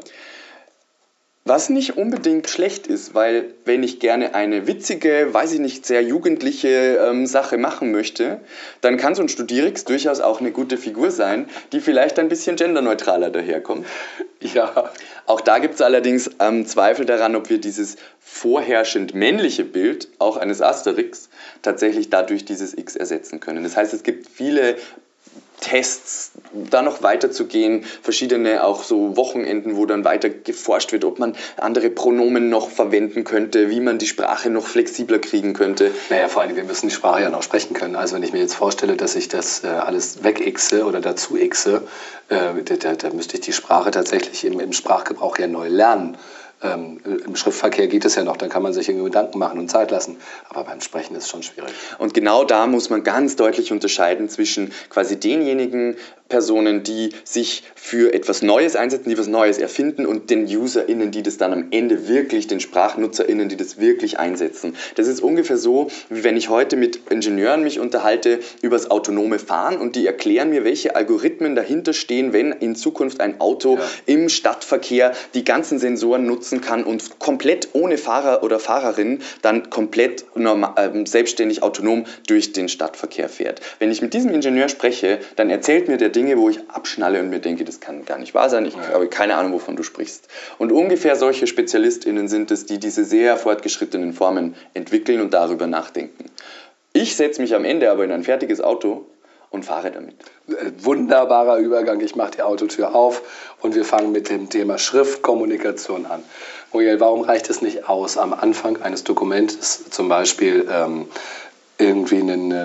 S1: Was nicht unbedingt schlecht ist, weil wenn ich gerne eine witzige, weiß ich nicht, sehr jugendliche Sache machen möchte, dann kann so ein Studierix durchaus auch eine gute Figur sein, die vielleicht ein bisschen genderneutraler daherkommt.
S4: Ja.
S1: Auch da gibt es allerdings Zweifel daran, ob wir dieses vorherrschend männliche Bild, auch eines Asterix, tatsächlich dadurch dieses X ersetzen können. Das heißt, es gibt viele Tests, da noch weiterzugehen, verschiedene auch so Wochenenden, wo dann weiter geforscht wird, ob man andere Pronomen noch verwenden könnte, wie man die Sprache noch flexibler kriegen könnte.
S4: Naja, vor allem, wir müssen die Sprache ja noch sprechen können. Also wenn ich mir jetzt vorstelle, dass ich das alles wegixe oder dazu ixe, da müsste ich die Sprache tatsächlich im Sprachgebrauch ja neu lernen. Im Schriftverkehr geht es ja noch, dann kann man sich irgendwie Gedanken machen und Zeit lassen. Aber beim Sprechen ist es schon schwierig.
S1: Und genau da muss man ganz deutlich unterscheiden zwischen quasi denjenigen Personen, die sich für etwas Neues einsetzen, die etwas Neues erfinden und den UserInnen, die das dann am Ende wirklich, den SprachnutzerInnen, die das wirklich einsetzen. Das ist ungefähr so, wie wenn ich heute mit Ingenieuren mich unterhalte über das autonome Fahren und die erklären mir, welche Algorithmen dahinter stehen, wenn in Zukunft ein Auto im Stadtverkehr die ganzen Sensoren nutzen kann und komplett ohne Fahrer oder Fahrerin dann komplett selbstständig autonom durch den Stadtverkehr fährt. Wenn ich mit diesem Ingenieur spreche, dann erzählt mir der Dinge, wo ich abschnalle und mir denke, das kann gar nicht wahr sein, ich habe keine Ahnung, wovon du sprichst. Und ungefähr solche SpezialistInnen sind es, die diese sehr fortgeschrittenen Formen entwickeln und darüber nachdenken. Ich setze mich am Ende aber in ein fertiges Auto und fahre damit.
S4: Wunderbarer Übergang. Ich mache die Autotür auf und wir fangen mit dem Thema Schriftkommunikation an. Muriel, warum reicht es nicht aus, am Anfang eines Dokumentes zum Beispiel irgendwie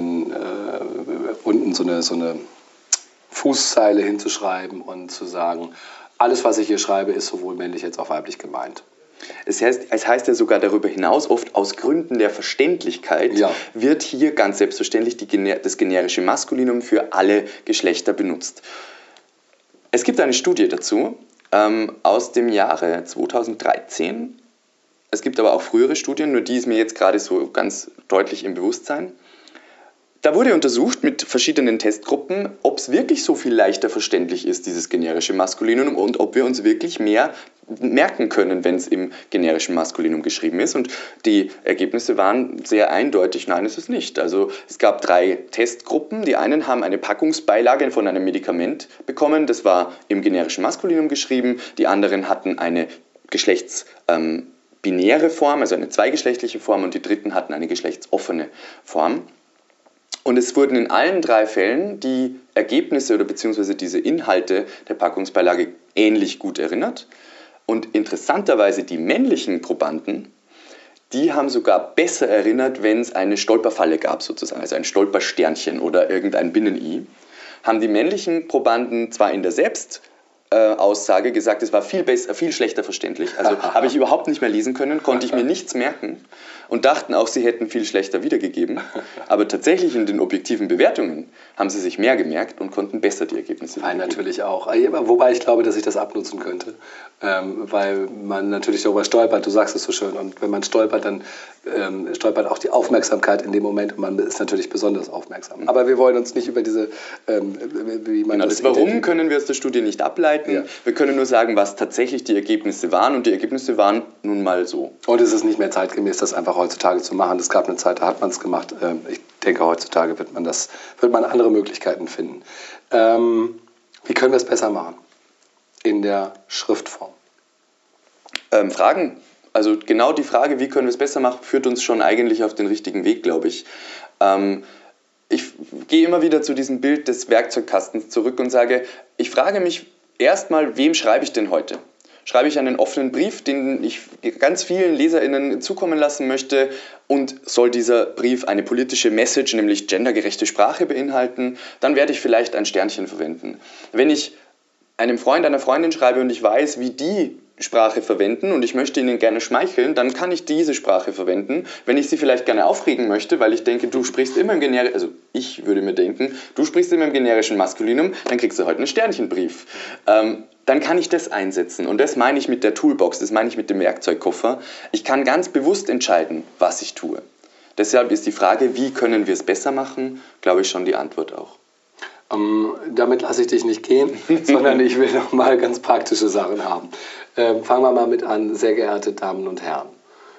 S4: unten so eine Fußzeile hinzuschreiben und zu sagen, alles, was ich hier schreibe, ist sowohl männlich als auch weiblich gemeint?
S1: Es heißt ja sogar darüber hinaus, oft aus Gründen der Verständlichkeit wird hier ganz selbstverständlich das generische Maskulinum für alle Geschlechter benutzt. Es gibt eine Studie dazu aus dem Jahre 2013. Es gibt aber auch frühere Studien, nur die ist mir jetzt gerade so ganz deutlich im Bewusstsein. Da wurde untersucht mit verschiedenen Testgruppen, ob es wirklich so viel leichter verständlich ist, dieses generische Maskulinum, und ob wir uns wirklich mehr merken können, wenn es im generischen Maskulinum geschrieben ist. Und die Ergebnisse waren sehr eindeutig, nein, ist es nicht. Also es gab 3 Testgruppen. Die einen haben eine Packungsbeilage von einem Medikament bekommen, das war im generischen Maskulinum geschrieben. Die anderen hatten eine geschlechtsbinäre Form, also eine zweigeschlechtliche Form, und die dritten hatten eine geschlechtsoffene Form. Und es wurden in allen 3 Fällen die Ergebnisse oder beziehungsweise diese Inhalte der Packungsbeilage ähnlich gut erinnert. Und interessanterweise die männlichen Probanden, die haben sogar besser erinnert, wenn es eine Stolperfalle gab sozusagen, also ein Stolpersternchen oder irgendein Binnen-I, haben die männlichen Probanden zwar in der Aussage gesagt, es war viel schlechter verständlich. Also habe ich überhaupt nicht mehr lesen können, konnte ich mir nichts merken und dachten auch, sie hätten viel schlechter wiedergegeben. Aber tatsächlich in den objektiven Bewertungen haben sie sich mehr gemerkt und konnten besser die Ergebnisse wiedergeben.
S4: Natürlich auch. Wobei ich glaube, dass ich das abnutzen könnte, weil man natürlich darüber stolpert, du sagst es so schön, und wenn man stolpert, dann stolpert auch die Aufmerksamkeit in dem Moment und man ist natürlich besonders aufmerksam. Aber wir wollen uns nicht über diese, wie man das
S1: Warum können wir aus der Studie nicht ableiten. Ja. Wir können nur sagen, was tatsächlich die Ergebnisse waren, und die Ergebnisse waren nun mal so.
S4: Und es ist nicht mehr zeitgemäß, das einfach heutzutage zu machen. Es gab eine Zeit, da hat man es gemacht. Ich denke, heutzutage wird man andere Möglichkeiten finden. Wie können wir es besser machen in der Schriftform?
S1: Fragen. Also genau die Frage, wie können wir es besser machen, führt uns schon eigentlich auf den richtigen Weg, glaube ich. Ich gehe immer wieder zu diesem Bild des Werkzeugkastens zurück und sage, ich frage mich erstmal, wem schreibe ich denn heute? Schreibe ich einen offenen Brief, den ich ganz vielen LeserInnen zukommen lassen möchte, und soll dieser Brief eine politische Message, nämlich gendergerechte Sprache beinhalten, dann werde ich vielleicht ein Sternchen verwenden. Wenn ich einem Freund, einer Freundin schreibe und ich weiß, wie die Sprache verwenden und ich möchte ihnen gerne schmeicheln, dann kann ich diese Sprache verwenden. Wenn ich sie vielleicht gerne aufregen möchte, weil ich denke, du sprichst immer im generischen, also ich würde mir denken, du sprichst immer im generischen Maskulinum, dann kriegst du heute einen Sternchenbrief. Dann kann ich das einsetzen. Und das meine ich mit der Toolbox, das meine ich mit dem Werkzeugkoffer. Ich kann ganz bewusst entscheiden, was ich tue. Deshalb ist die Frage, wie können wir es besser machen, glaube ich schon die Antwort auch.
S4: Damit lasse ich dich nicht gehen, sondern ich will noch mal ganz praktische Sachen haben. Fangen wir mal mit an, sehr geehrte Damen und Herren.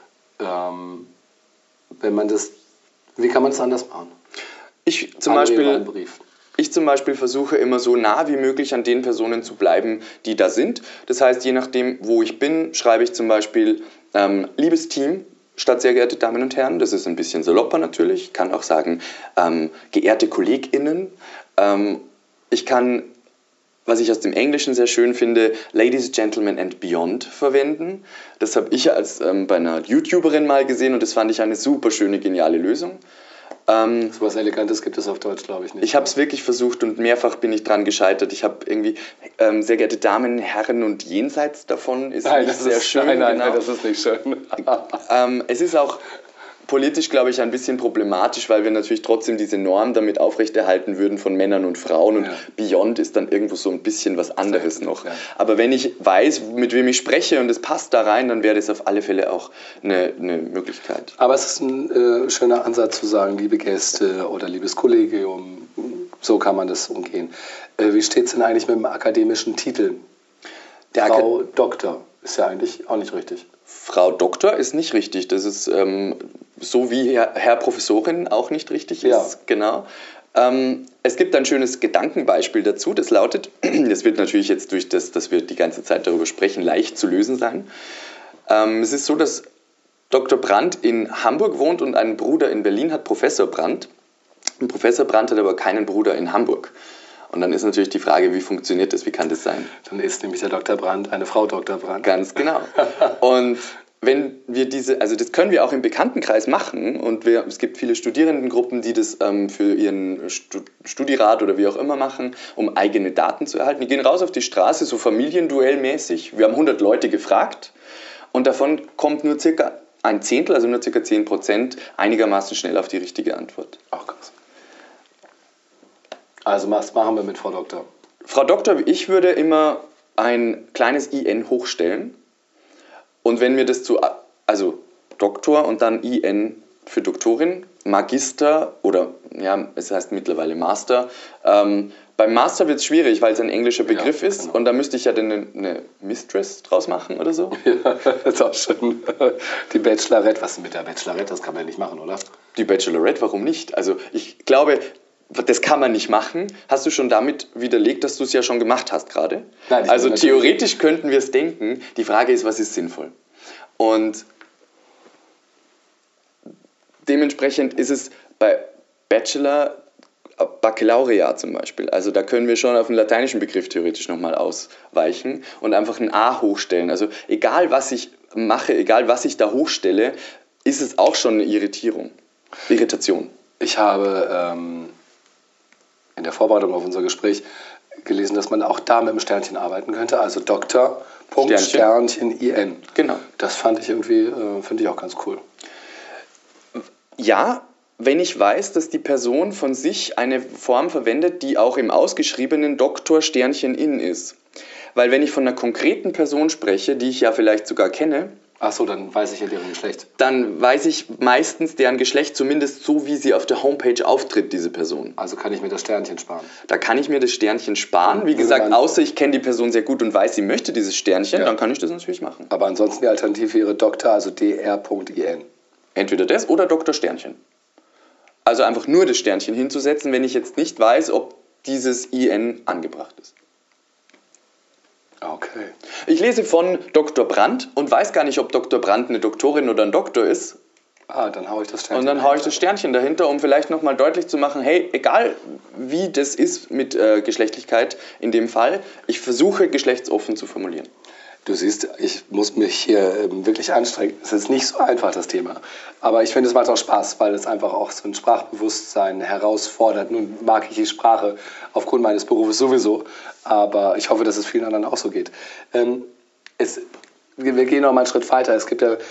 S4: Wie kann man das anders machen?
S1: Ich zum Beispiel versuche immer so nah wie möglich an den Personen zu bleiben, die da sind. Das heißt, je nachdem, wo ich bin, schreibe ich zum Beispiel liebes Team statt sehr geehrte Damen und Herren. Das ist ein bisschen salopper natürlich. Ich kann auch sagen geehrte KollegInnen. Ich kann, was ich aus dem Englischen sehr schön finde, Ladies, Gentlemen and Beyond verwenden. Das habe ich bei einer YouTuberin mal gesehen und das fand ich eine super schöne, geniale Lösung.
S4: So was Elegantes gibt es auf Deutsch, glaube ich, nicht.
S1: Ich habe es wirklich versucht und mehrfach bin ich dran gescheitert. Ich habe irgendwie, sehr geehrte Damen, Herren und jenseits davon ist nicht sehr schön.
S4: Nein, das ist nicht schön.
S1: Es ist auch politisch, glaube ich, ein bisschen problematisch, weil wir natürlich trotzdem diese Norm damit aufrechterhalten würden von Männern und Frauen und Beyond ist dann irgendwo so ein bisschen was anderes noch. Ja. Aber wenn ich weiß, mit wem ich spreche und es passt da rein, dann wäre das auf alle Fälle auch eine Möglichkeit.
S4: Aber es ist ein schöner Ansatz zu sagen, liebe Gäste oder liebes Kollegium, so kann man das umgehen. Wie steht es denn eigentlich mit dem akademischen Titel? Frau Doktor ist ja eigentlich auch nicht richtig.
S1: Frau Doktor ist nicht richtig. Das ist so wie Herr Professorin auch nicht richtig ist. Ja. Genau. Es gibt ein schönes Gedankenbeispiel dazu. Das lautet, das wird natürlich jetzt durch das, dass wir die ganze Zeit darüber sprechen, leicht zu lösen sein. Es ist so, dass Dr. Brandt in Hamburg wohnt und einen Bruder in Berlin hat, Professor Brandt. Und Professor Brandt hat aber keinen Bruder in Hamburg. Und dann ist natürlich die Frage, wie funktioniert das, wie kann das sein?
S4: Dann ist nämlich der Dr. Brandt eine Frau Dr. Brandt.
S1: Ganz genau. Und wenn wir das können wir auch im Bekanntenkreis machen und es gibt viele Studierendengruppen, die das für ihren Studirat oder wie auch immer machen, um eigene Daten zu erhalten. Die gehen raus auf die Straße, so familienduellmäßig. Wir haben 100 Leute gefragt und davon kommt nur circa ein Zehntel, also nur circa 10%, einigermaßen schnell auf die richtige Antwort.
S4: Ach krass. Also was machen wir mit Frau Doktor?
S1: Frau Doktor, ich würde immer ein kleines IN hochstellen und wenn mir das also Doktor und dann IN für Doktorin, Magister oder ja, es heißt mittlerweile Master. Beim Master wird es schwierig, weil es ein englischer Begriff ist genau. Und da müsste ich ja dann eine Mistress draus machen oder so.
S4: Ja, das ist auch schön. Die Bachelorette, was ist mit der Bachelorette? Das kann man ja nicht machen, oder?
S1: Die Bachelorette, warum nicht? Also ich glaube, das kann man nicht machen. Hast du schon damit widerlegt, dass du es ja schon gemacht hast gerade? Nein, also theoretisch könnten wir es denken. Die Frage ist, was ist sinnvoll? Und dementsprechend ist es bei Baccalaureat zum Beispiel. Also da können wir schon auf den lateinischen Begriff theoretisch nochmal ausweichen und einfach ein A hochstellen. Also egal was ich mache, egal was ich da hochstelle, ist es auch schon eine Irritation.
S4: Ich habe in der Vorbereitung auf unser Gespräch gelesen, dass man auch da mit dem Sternchen arbeiten könnte. Also Doktor, Punkt, Sternchen, IN.
S1: Genau.
S4: Das fand ich irgendwie, finde ich auch ganz cool.
S1: Ja, wenn ich weiß, dass die Person von sich eine Form verwendet, die auch im ausgeschriebenen Doktor Sternchen in ist. Weil wenn ich von einer konkreten Person spreche, die ich ja vielleicht sogar kenne,
S4: ach so, dann weiß ich ja deren Geschlecht.
S1: Dann weiß ich meistens deren Geschlecht, zumindest so, wie sie auf der Homepage auftritt, diese Person.
S4: Also kann ich mir das Sternchen sparen?
S1: Da kann ich mir das Sternchen sparen. Wie gesagt, außer ich kenne die Person sehr gut und weiß, sie möchte dieses Sternchen, dann kann ich das natürlich machen.
S4: Aber ansonsten die Alternative wäre Doktor, also dr.in.
S1: Entweder das oder Doktor Sternchen. Also einfach nur das Sternchen hinzusetzen, wenn ich jetzt nicht weiß, ob dieses IN angebracht ist.
S4: Okay.
S1: Ich lese von Dr. Brandt und weiß gar nicht, ob Dr. Brandt eine Doktorin oder ein Doktor ist.
S4: Ah, dann haue ich das Sternchen.
S1: Und dann haue ich das Sternchen dahinter, um vielleicht nochmal deutlich zu machen, hey, egal wie das ist mit Geschlechtlichkeit in dem Fall, ich versuche geschlechtsoffen zu formulieren.
S4: Du siehst, ich muss mich hier wirklich anstrengen. Es ist nicht so einfach, das Thema. Aber ich finde, es macht auch Spaß, weil es einfach auch so ein Sprachbewusstsein herausfordert. Nun mag ich die Sprache aufgrund meines Berufes sowieso, aber ich hoffe, dass es vielen anderen auch so geht. Wir gehen noch mal einen Schritt weiter. Es gibt ja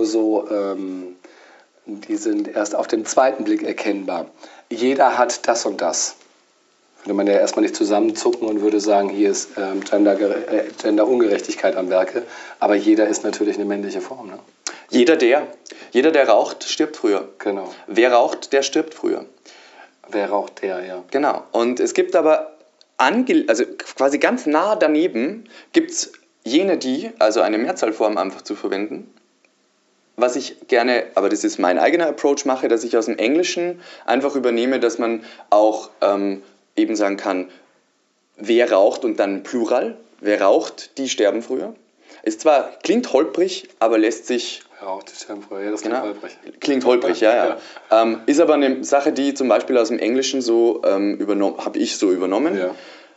S4: die sind erst auf den zweiten Blick erkennbar. Jeder hat das und das. Würde man ja erstmal nicht zusammenzucken und würde sagen, hier ist Genderungerechtigkeit am Werke. Aber jeder ist natürlich eine männliche Form. Ne?
S1: Jeder, der raucht, stirbt früher.
S4: Genau.
S1: Wer raucht, der stirbt früher.
S4: Wer raucht, der, ja.
S1: Genau. Und es gibt aber, also quasi ganz nah daneben, gibt es jene, die, also eine Mehrzahlform einfach zu verwenden. Was ich gerne, aber das ist mein eigener Approach mache, dass ich aus dem Englischen einfach übernehme, dass man auch eben sagen kann, wer raucht und dann Plural. Wer raucht, die sterben früher. Klingt holprig, aber lässt sich...
S4: Wer raucht, die sterben früher, ja, das klingt holprig.
S1: Klingt holprig, ja. Ist aber eine Sache, die zum Beispiel aus dem Englischen so habe ich so übernommen. Ja.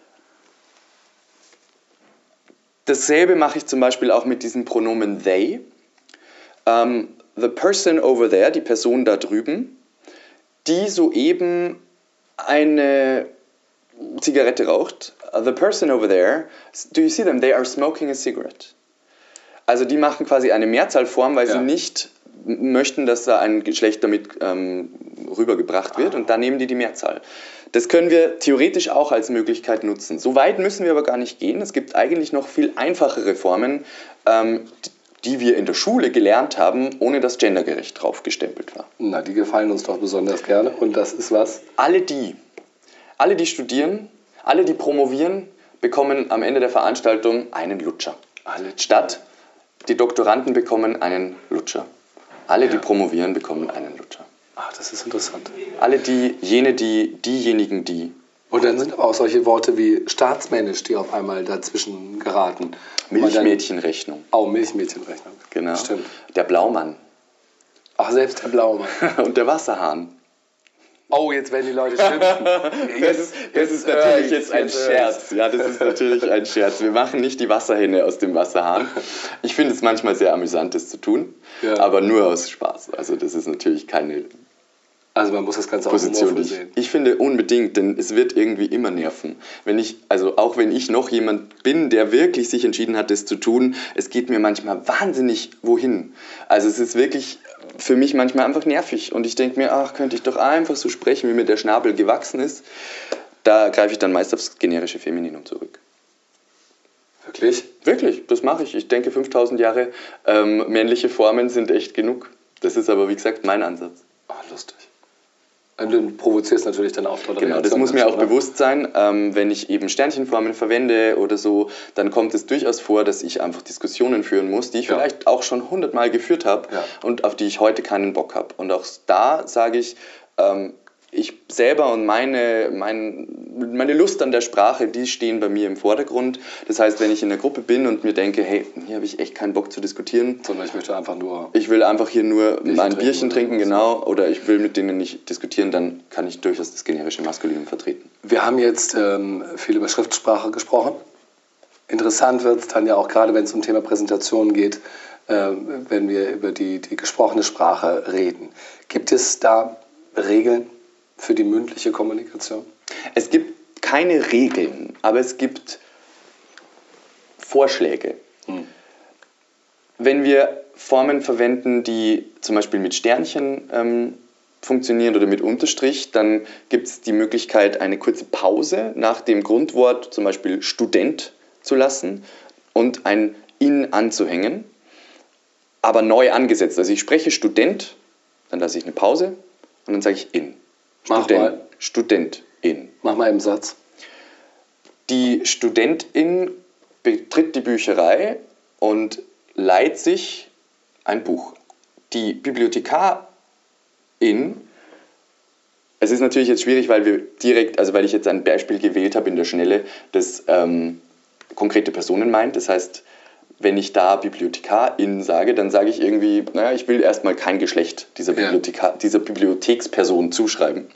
S1: Dasselbe mache ich zum Beispiel auch mit diesem Pronomen they. The person over there, die Person da drüben, die soeben eine Zigarette raucht. The person over there, do you see them? They are smoking a cigarette. Also die machen quasi eine Mehrzahlform, weil sie nicht möchten, dass da ein Geschlecht damit rübergebracht wird und dann nehmen die Mehrzahl. Das können wir theoretisch auch als Möglichkeit nutzen. So weit müssen wir aber gar nicht gehen. Es gibt eigentlich noch viel einfachere Formen, die wir in der Schule gelernt haben, ohne dass gendergerecht drauf gestempelt war.
S4: Na, die gefallen uns doch besonders gerne. Und das ist was?
S1: Alle, die studieren, alle, die promovieren, bekommen am Ende der Veranstaltung einen Lutscher. Die Doktoranden bekommen einen Lutscher. Alle, die promovieren, bekommen einen Lutscher.
S4: Ach, das ist interessant.
S1: Alle diejenigen, die.
S4: Und dann sind aber auch solche Worte wie staatsmännisch, die auf einmal dazwischen geraten.
S1: Milchmädchenrechnung.
S4: Milchmädchenrechnung.
S1: Genau.
S4: Stimmt.
S1: Der Blaumann.
S4: Ach, selbst der Blaumann.
S1: Und der Wasserhahn.
S4: Oh, jetzt werden die Leute schimpfen.
S1: Das ist natürlich jetzt ein Scherz. Ja, das ist natürlich ein Scherz. Wir machen nicht die Wasserhähne aus dem Wasserhahn. Ich finde es manchmal sehr amüsant, das zu tun, aber nur aus Spaß. Also das ist natürlich keine
S4: Also man muss das Ganze auch humorvoll sehen.
S1: Ich finde unbedingt, denn es wird irgendwie immer nerven. Auch wenn ich noch jemand bin, der wirklich sich entschieden hat, das zu tun, es geht mir manchmal wahnsinnig wohin. Also es ist wirklich für mich manchmal einfach nervig. Und ich denke mir, könnte ich doch einfach so sprechen, wie mir der Schnabel gewachsen ist. Da greife ich dann meist aufs generische Femininum zurück.
S4: Wirklich?
S1: Wirklich, das mache ich. Ich denke, 5000 Jahre männliche Formen sind echt genug. Das ist aber, wie gesagt, mein Ansatz.
S4: Lustig. Und du provozierst natürlich dann auch tolle
S1: Genau, das muss mir auch bewusst sein. Wenn ich eben Sternchenformen verwende oder so, dann kommt es durchaus vor, dass ich einfach Diskussionen führen muss, die ich vielleicht auch schon 100-mal geführt habe und auf die ich heute keinen Bock habe. Und auch da sage ich, ich selber und meine Lust an der Sprache, die stehen bei mir im Vordergrund. Das heißt, wenn ich in der Gruppe bin und mir denke, hey, hier habe ich echt keinen Bock zu diskutieren.
S4: Sondern
S1: ich will einfach hier nur mein Bierchen trinken, genau. Oder ich will mit denen nicht diskutieren, dann kann ich durchaus das generische Maskulinum vertreten.
S4: Wir haben jetzt viel über Schriftsprache gesprochen. Interessant wird es dann ja auch gerade, wenn es um Thema Präsentation geht, wenn wir über die gesprochene Sprache reden. Gibt es da Regeln für die mündliche Kommunikation?
S1: Es gibt keine Regeln, aber es gibt Vorschläge. Wenn wir Formen verwenden, die zum Beispiel mit Sternchen funktionieren oder mit Unterstrich, dann gibt es die Möglichkeit, eine kurze Pause nach dem Grundwort, zum Beispiel Student, zu lassen und ein in anzuhängen, aber neu angesetzt. Also ich spreche Student, dann lasse ich eine Pause und dann sage ich in. Studentin.
S4: Mach mal im Satz.
S1: Die Studentin betritt die Bücherei und leiht sich ein Buch. Die Bibliothekarin, es ist natürlich jetzt schwierig, weil ich jetzt ein Beispiel gewählt habe in der Schnelle, das konkrete Personen meint. Das heißt, wenn ich da Bibliothekarin sage, dann sage ich irgendwie, ich will erstmal kein Geschlecht dieser Bibliotheksperson zuschreiben.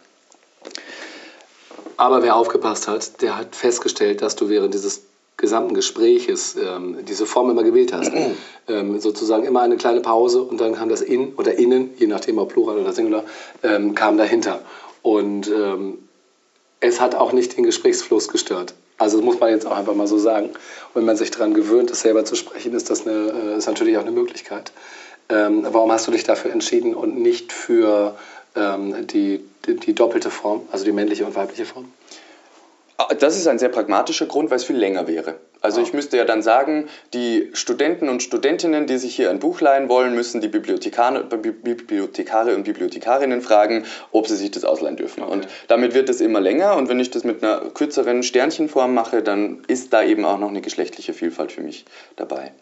S4: Aber wer aufgepasst hat, der hat festgestellt, dass du während dieses gesamten Gespräches diese Form immer gewählt hast. Sozusagen immer eine kleine Pause und dann kam das in oder innen, je nachdem ob Plural oder Singular, kam dahinter. Und es hat auch nicht den Gesprächsfluss gestört. Also das muss man jetzt auch einfach mal so sagen. Und wenn man sich daran gewöhnt, das selber zu sprechen, ist das ist natürlich auch eine Möglichkeit. Warum hast du dich dafür entschieden und nicht für die doppelte Form, also die männliche und weibliche Form?
S1: Das ist ein sehr pragmatischer Grund, weil es viel länger wäre. Also ich müsste ja dann sagen, die Studenten und Studentinnen, die sich hier ein Buch leihen wollen, müssen die Bibliothekare und Bibliothekarinnen fragen, ob sie sich das ausleihen dürfen. Okay. Und damit wird es immer länger. Und wenn ich das mit einer kürzeren Sternchenform mache, dann ist da eben auch noch eine geschlechtliche Vielfalt für mich dabei.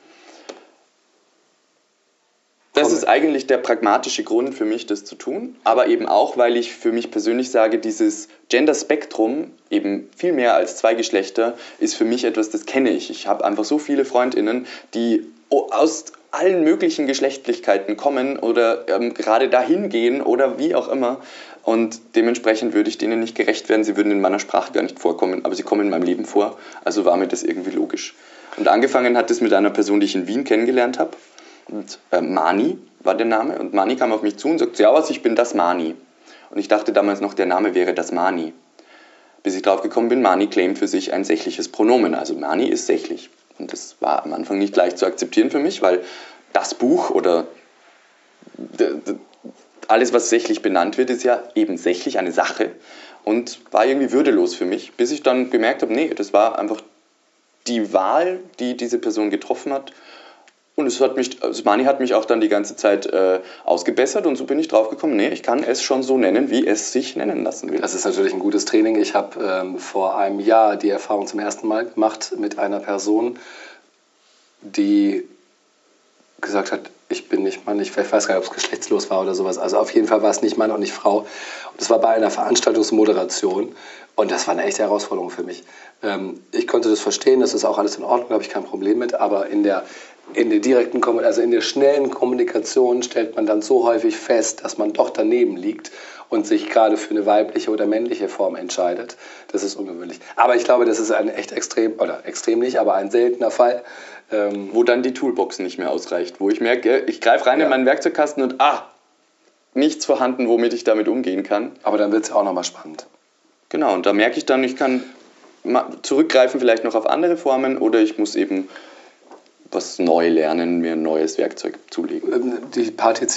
S1: Das ist eigentlich der pragmatische Grund für mich, das zu tun. Aber eben auch, weil ich für mich persönlich sage, dieses Gender-Spektrum, eben viel mehr als 2 Geschlechter, ist für mich etwas, das kenne ich. Ich habe einfach so viele FreundInnen, die aus allen möglichen Geschlechtlichkeiten kommen oder gerade dahin gehen oder wie auch immer. Und dementsprechend würde ich denen nicht gerecht werden. Sie würden in meiner Sprache gar nicht vorkommen, aber sie kommen in meinem Leben vor. Also war mir das irgendwie logisch. Und angefangen hat es mit einer Person, die ich in Wien kennengelernt habe. Und Mani war der Name. Und Mani kam auf mich zu und sagte, ja, ich bin das Mani. Und ich dachte damals noch, der Name wäre das Mani. Bis ich drauf gekommen bin, Mani claimt für sich ein sächliches Pronomen. Also Mani ist sächlich. Und das war am Anfang nicht leicht zu akzeptieren für mich, weil das Buch oder alles, was sächlich benannt wird, ist ja eben sächlich, eine Sache. Und war irgendwie würdelos für mich, bis ich dann gemerkt habe, nee, das war einfach die Wahl, die diese Person getroffen hat. Und Mani hat mich auch dann die ganze Zeit ausgebessert und so bin ich drauf gekommen, nee, ich kann es schon so nennen, wie es sich nennen lassen will.
S4: Das ist natürlich ein gutes Training. Ich habe vor einem Jahr die Erfahrung zum ersten Mal gemacht mit einer Person, die gesagt hat, ich bin nicht Mann, ich weiß gar nicht, ob es geschlechtslos war oder sowas. Also auf jeden Fall war es nicht Mann und nicht Frau. Und das war bei einer Veranstaltungsmoderation und das war eine echte Herausforderung für mich. Ich konnte das verstehen, das ist auch alles in Ordnung, da habe ich kein Problem mit, aber in der direkten, also in der schnellen Kommunikation stellt man dann so häufig fest, dass man doch daneben liegt und sich gerade für eine weibliche oder männliche Form entscheidet. Das ist ungewöhnlich. Aber ich glaube, das ist ein echt extrem nicht, aber ein seltener Fall.
S1: Wo dann die Toolbox nicht mehr ausreicht, wo ich merke, ich greife rein in meinen Werkzeugkasten und nichts vorhanden, womit ich damit umgehen kann.
S4: Aber dann wird es ja auch nochmal spannend.
S1: Genau, und da merke ich dann, ich kann zurückgreifen vielleicht noch auf andere Formen oder ich muss eben was neu lernen, mir ein neues Werkzeug zulegen.
S4: Die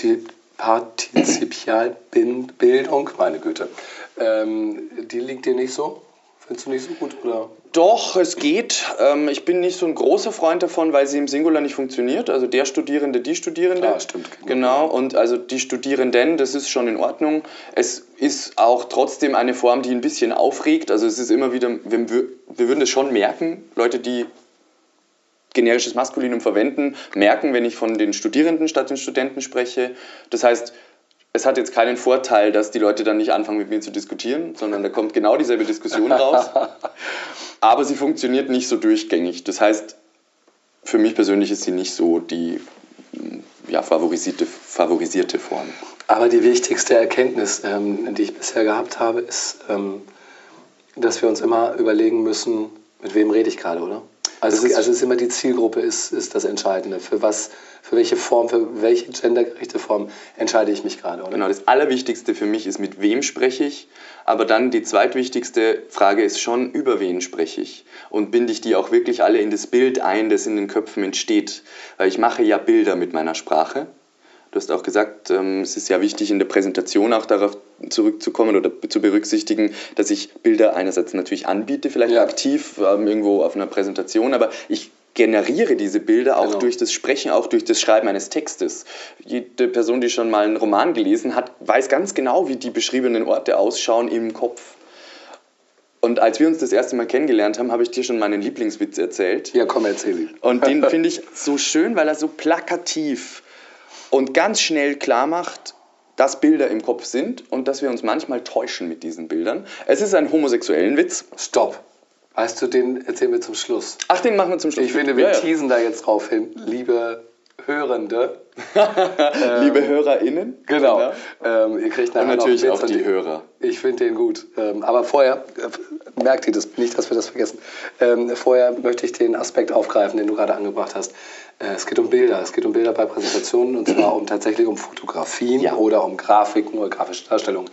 S4: Partizipialbildung, meine Güte, die liegt dir nicht so? Findest du nicht so gut? Oder?
S1: Doch, es geht. Ich bin nicht so ein großer Freund davon, weil sie im Singular nicht funktioniert. Also der Studierende, die Studierende.
S4: Ja, stimmt.
S1: Genau, und also die Studierenden, das ist schon in Ordnung. Es ist auch trotzdem eine Form, die ein bisschen aufregt. Also es ist immer wieder, wir würden das schon merken, Leute, die generisches Maskulinum verwenden, merken, wenn ich von den Studierenden statt den Studenten spreche. Das heißt, es hat jetzt keinen Vorteil, dass die Leute dann nicht anfangen, mit mir zu diskutieren, sondern da kommt genau dieselbe Diskussion raus. Aber sie funktioniert nicht so durchgängig. Das heißt, für mich persönlich ist sie nicht so die favorisierte Form.
S4: Aber die wichtigste Erkenntnis, die ich bisher gehabt habe, ist, dass wir uns immer überlegen müssen, mit wem rede ich gerade, oder? Also es ist immer die Zielgruppe ist das Entscheidende. Für welche Form, für welche gendergerechte Form entscheide ich mich gerade, oder?
S1: Genau, das Allerwichtigste für mich ist, mit wem spreche ich. Aber dann die zweitwichtigste Frage ist schon, über wen spreche ich? Und binde ich die auch wirklich alle in das Bild ein, das in den Köpfen entsteht? Weil ich mache ja Bilder mit meiner Sprache. Du hast auch gesagt, es ist ja wichtig, in der Präsentation auch darauf zurückzukommen oder zu berücksichtigen, dass ich Bilder einerseits natürlich anbiete, vielleicht aktiv irgendwo auf einer Präsentation, aber ich generiere diese Bilder auch durch das Sprechen, auch durch das Schreiben eines Textes. Jede Person, die schon mal einen Roman gelesen hat, weiß ganz genau, wie die beschriebenen Orte ausschauen im Kopf. Und als wir uns das erste Mal kennengelernt haben, habe ich dir schon meinen Lieblingswitz erzählt.
S4: Ja, komm, erzähl ihn.
S1: Und den finde ich so schön, weil er so plakativ und ganz schnell klar macht, dass Bilder im Kopf sind und dass wir uns manchmal täuschen mit diesen Bildern. Es ist ein homosexuellen Witz.
S4: Stopp. Weißt du, den erzählen wir zum Schluss.
S1: Ach, den machen wir zum Schluss.
S4: Ich finde, wir teasen da jetzt drauf hin. Liebe Hörende.
S1: Liebe HörerInnen.
S4: Genau. Ihr kriegt nachher
S1: und natürlich
S4: noch
S1: auch die Hörer.
S4: Ich finde den gut. Aber vorher, merkt ihr das nicht, dass wir das vergessen, vorher möchte ich den Aspekt aufgreifen, den du gerade angebracht hast. Es geht um Bilder. Es geht um Bilder bei Präsentationen und zwar tatsächlich um Fotografien oder um Grafiken oder grafische Darstellungen.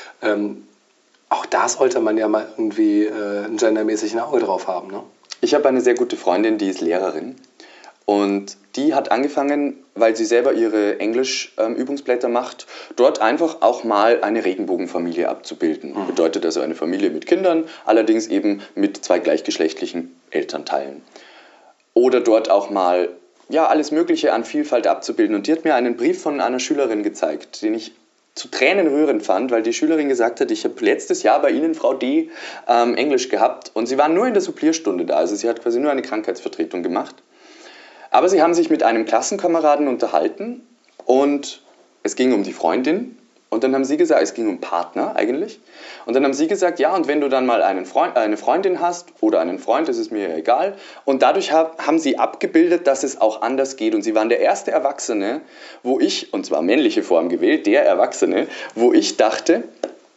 S4: Auch da sollte man ja mal irgendwie ein gendermäßig ein Auge drauf haben, ne?
S1: Ich habe eine sehr gute Freundin, die ist Lehrerin. Und die hat angefangen, weil sie selber ihre Englisch-Übungsblätter macht, dort einfach auch mal eine Regenbogenfamilie abzubilden. Bedeutet also eine Familie mit Kindern, allerdings eben mit 2 gleichgeschlechtlichen Elternteilen. Oder dort auch mal alles Mögliche an Vielfalt abzubilden. Und die hat mir einen Brief von einer Schülerin gezeigt, den ich zu Tränen rührend fand, weil die Schülerin gesagt hat, ich habe letztes Jahr bei Ihnen, Frau D., Englisch gehabt und Sie waren nur in der Supplierstunde da, also sie hat quasi nur eine Krankheitsvertretung gemacht. Aber sie haben sich mit einem Klassenkameraden unterhalten und es ging um die Freundin und dann haben sie gesagt, es ging um Partner eigentlich und dann haben sie gesagt, ja und wenn du dann mal eine Freundin hast oder einen Freund, das ist mir egal und dadurch haben sie abgebildet, dass es auch anders geht und sie waren der erste Erwachsene, wo ich, und zwar männliche Form gewählt, der Erwachsene, wo ich dachte,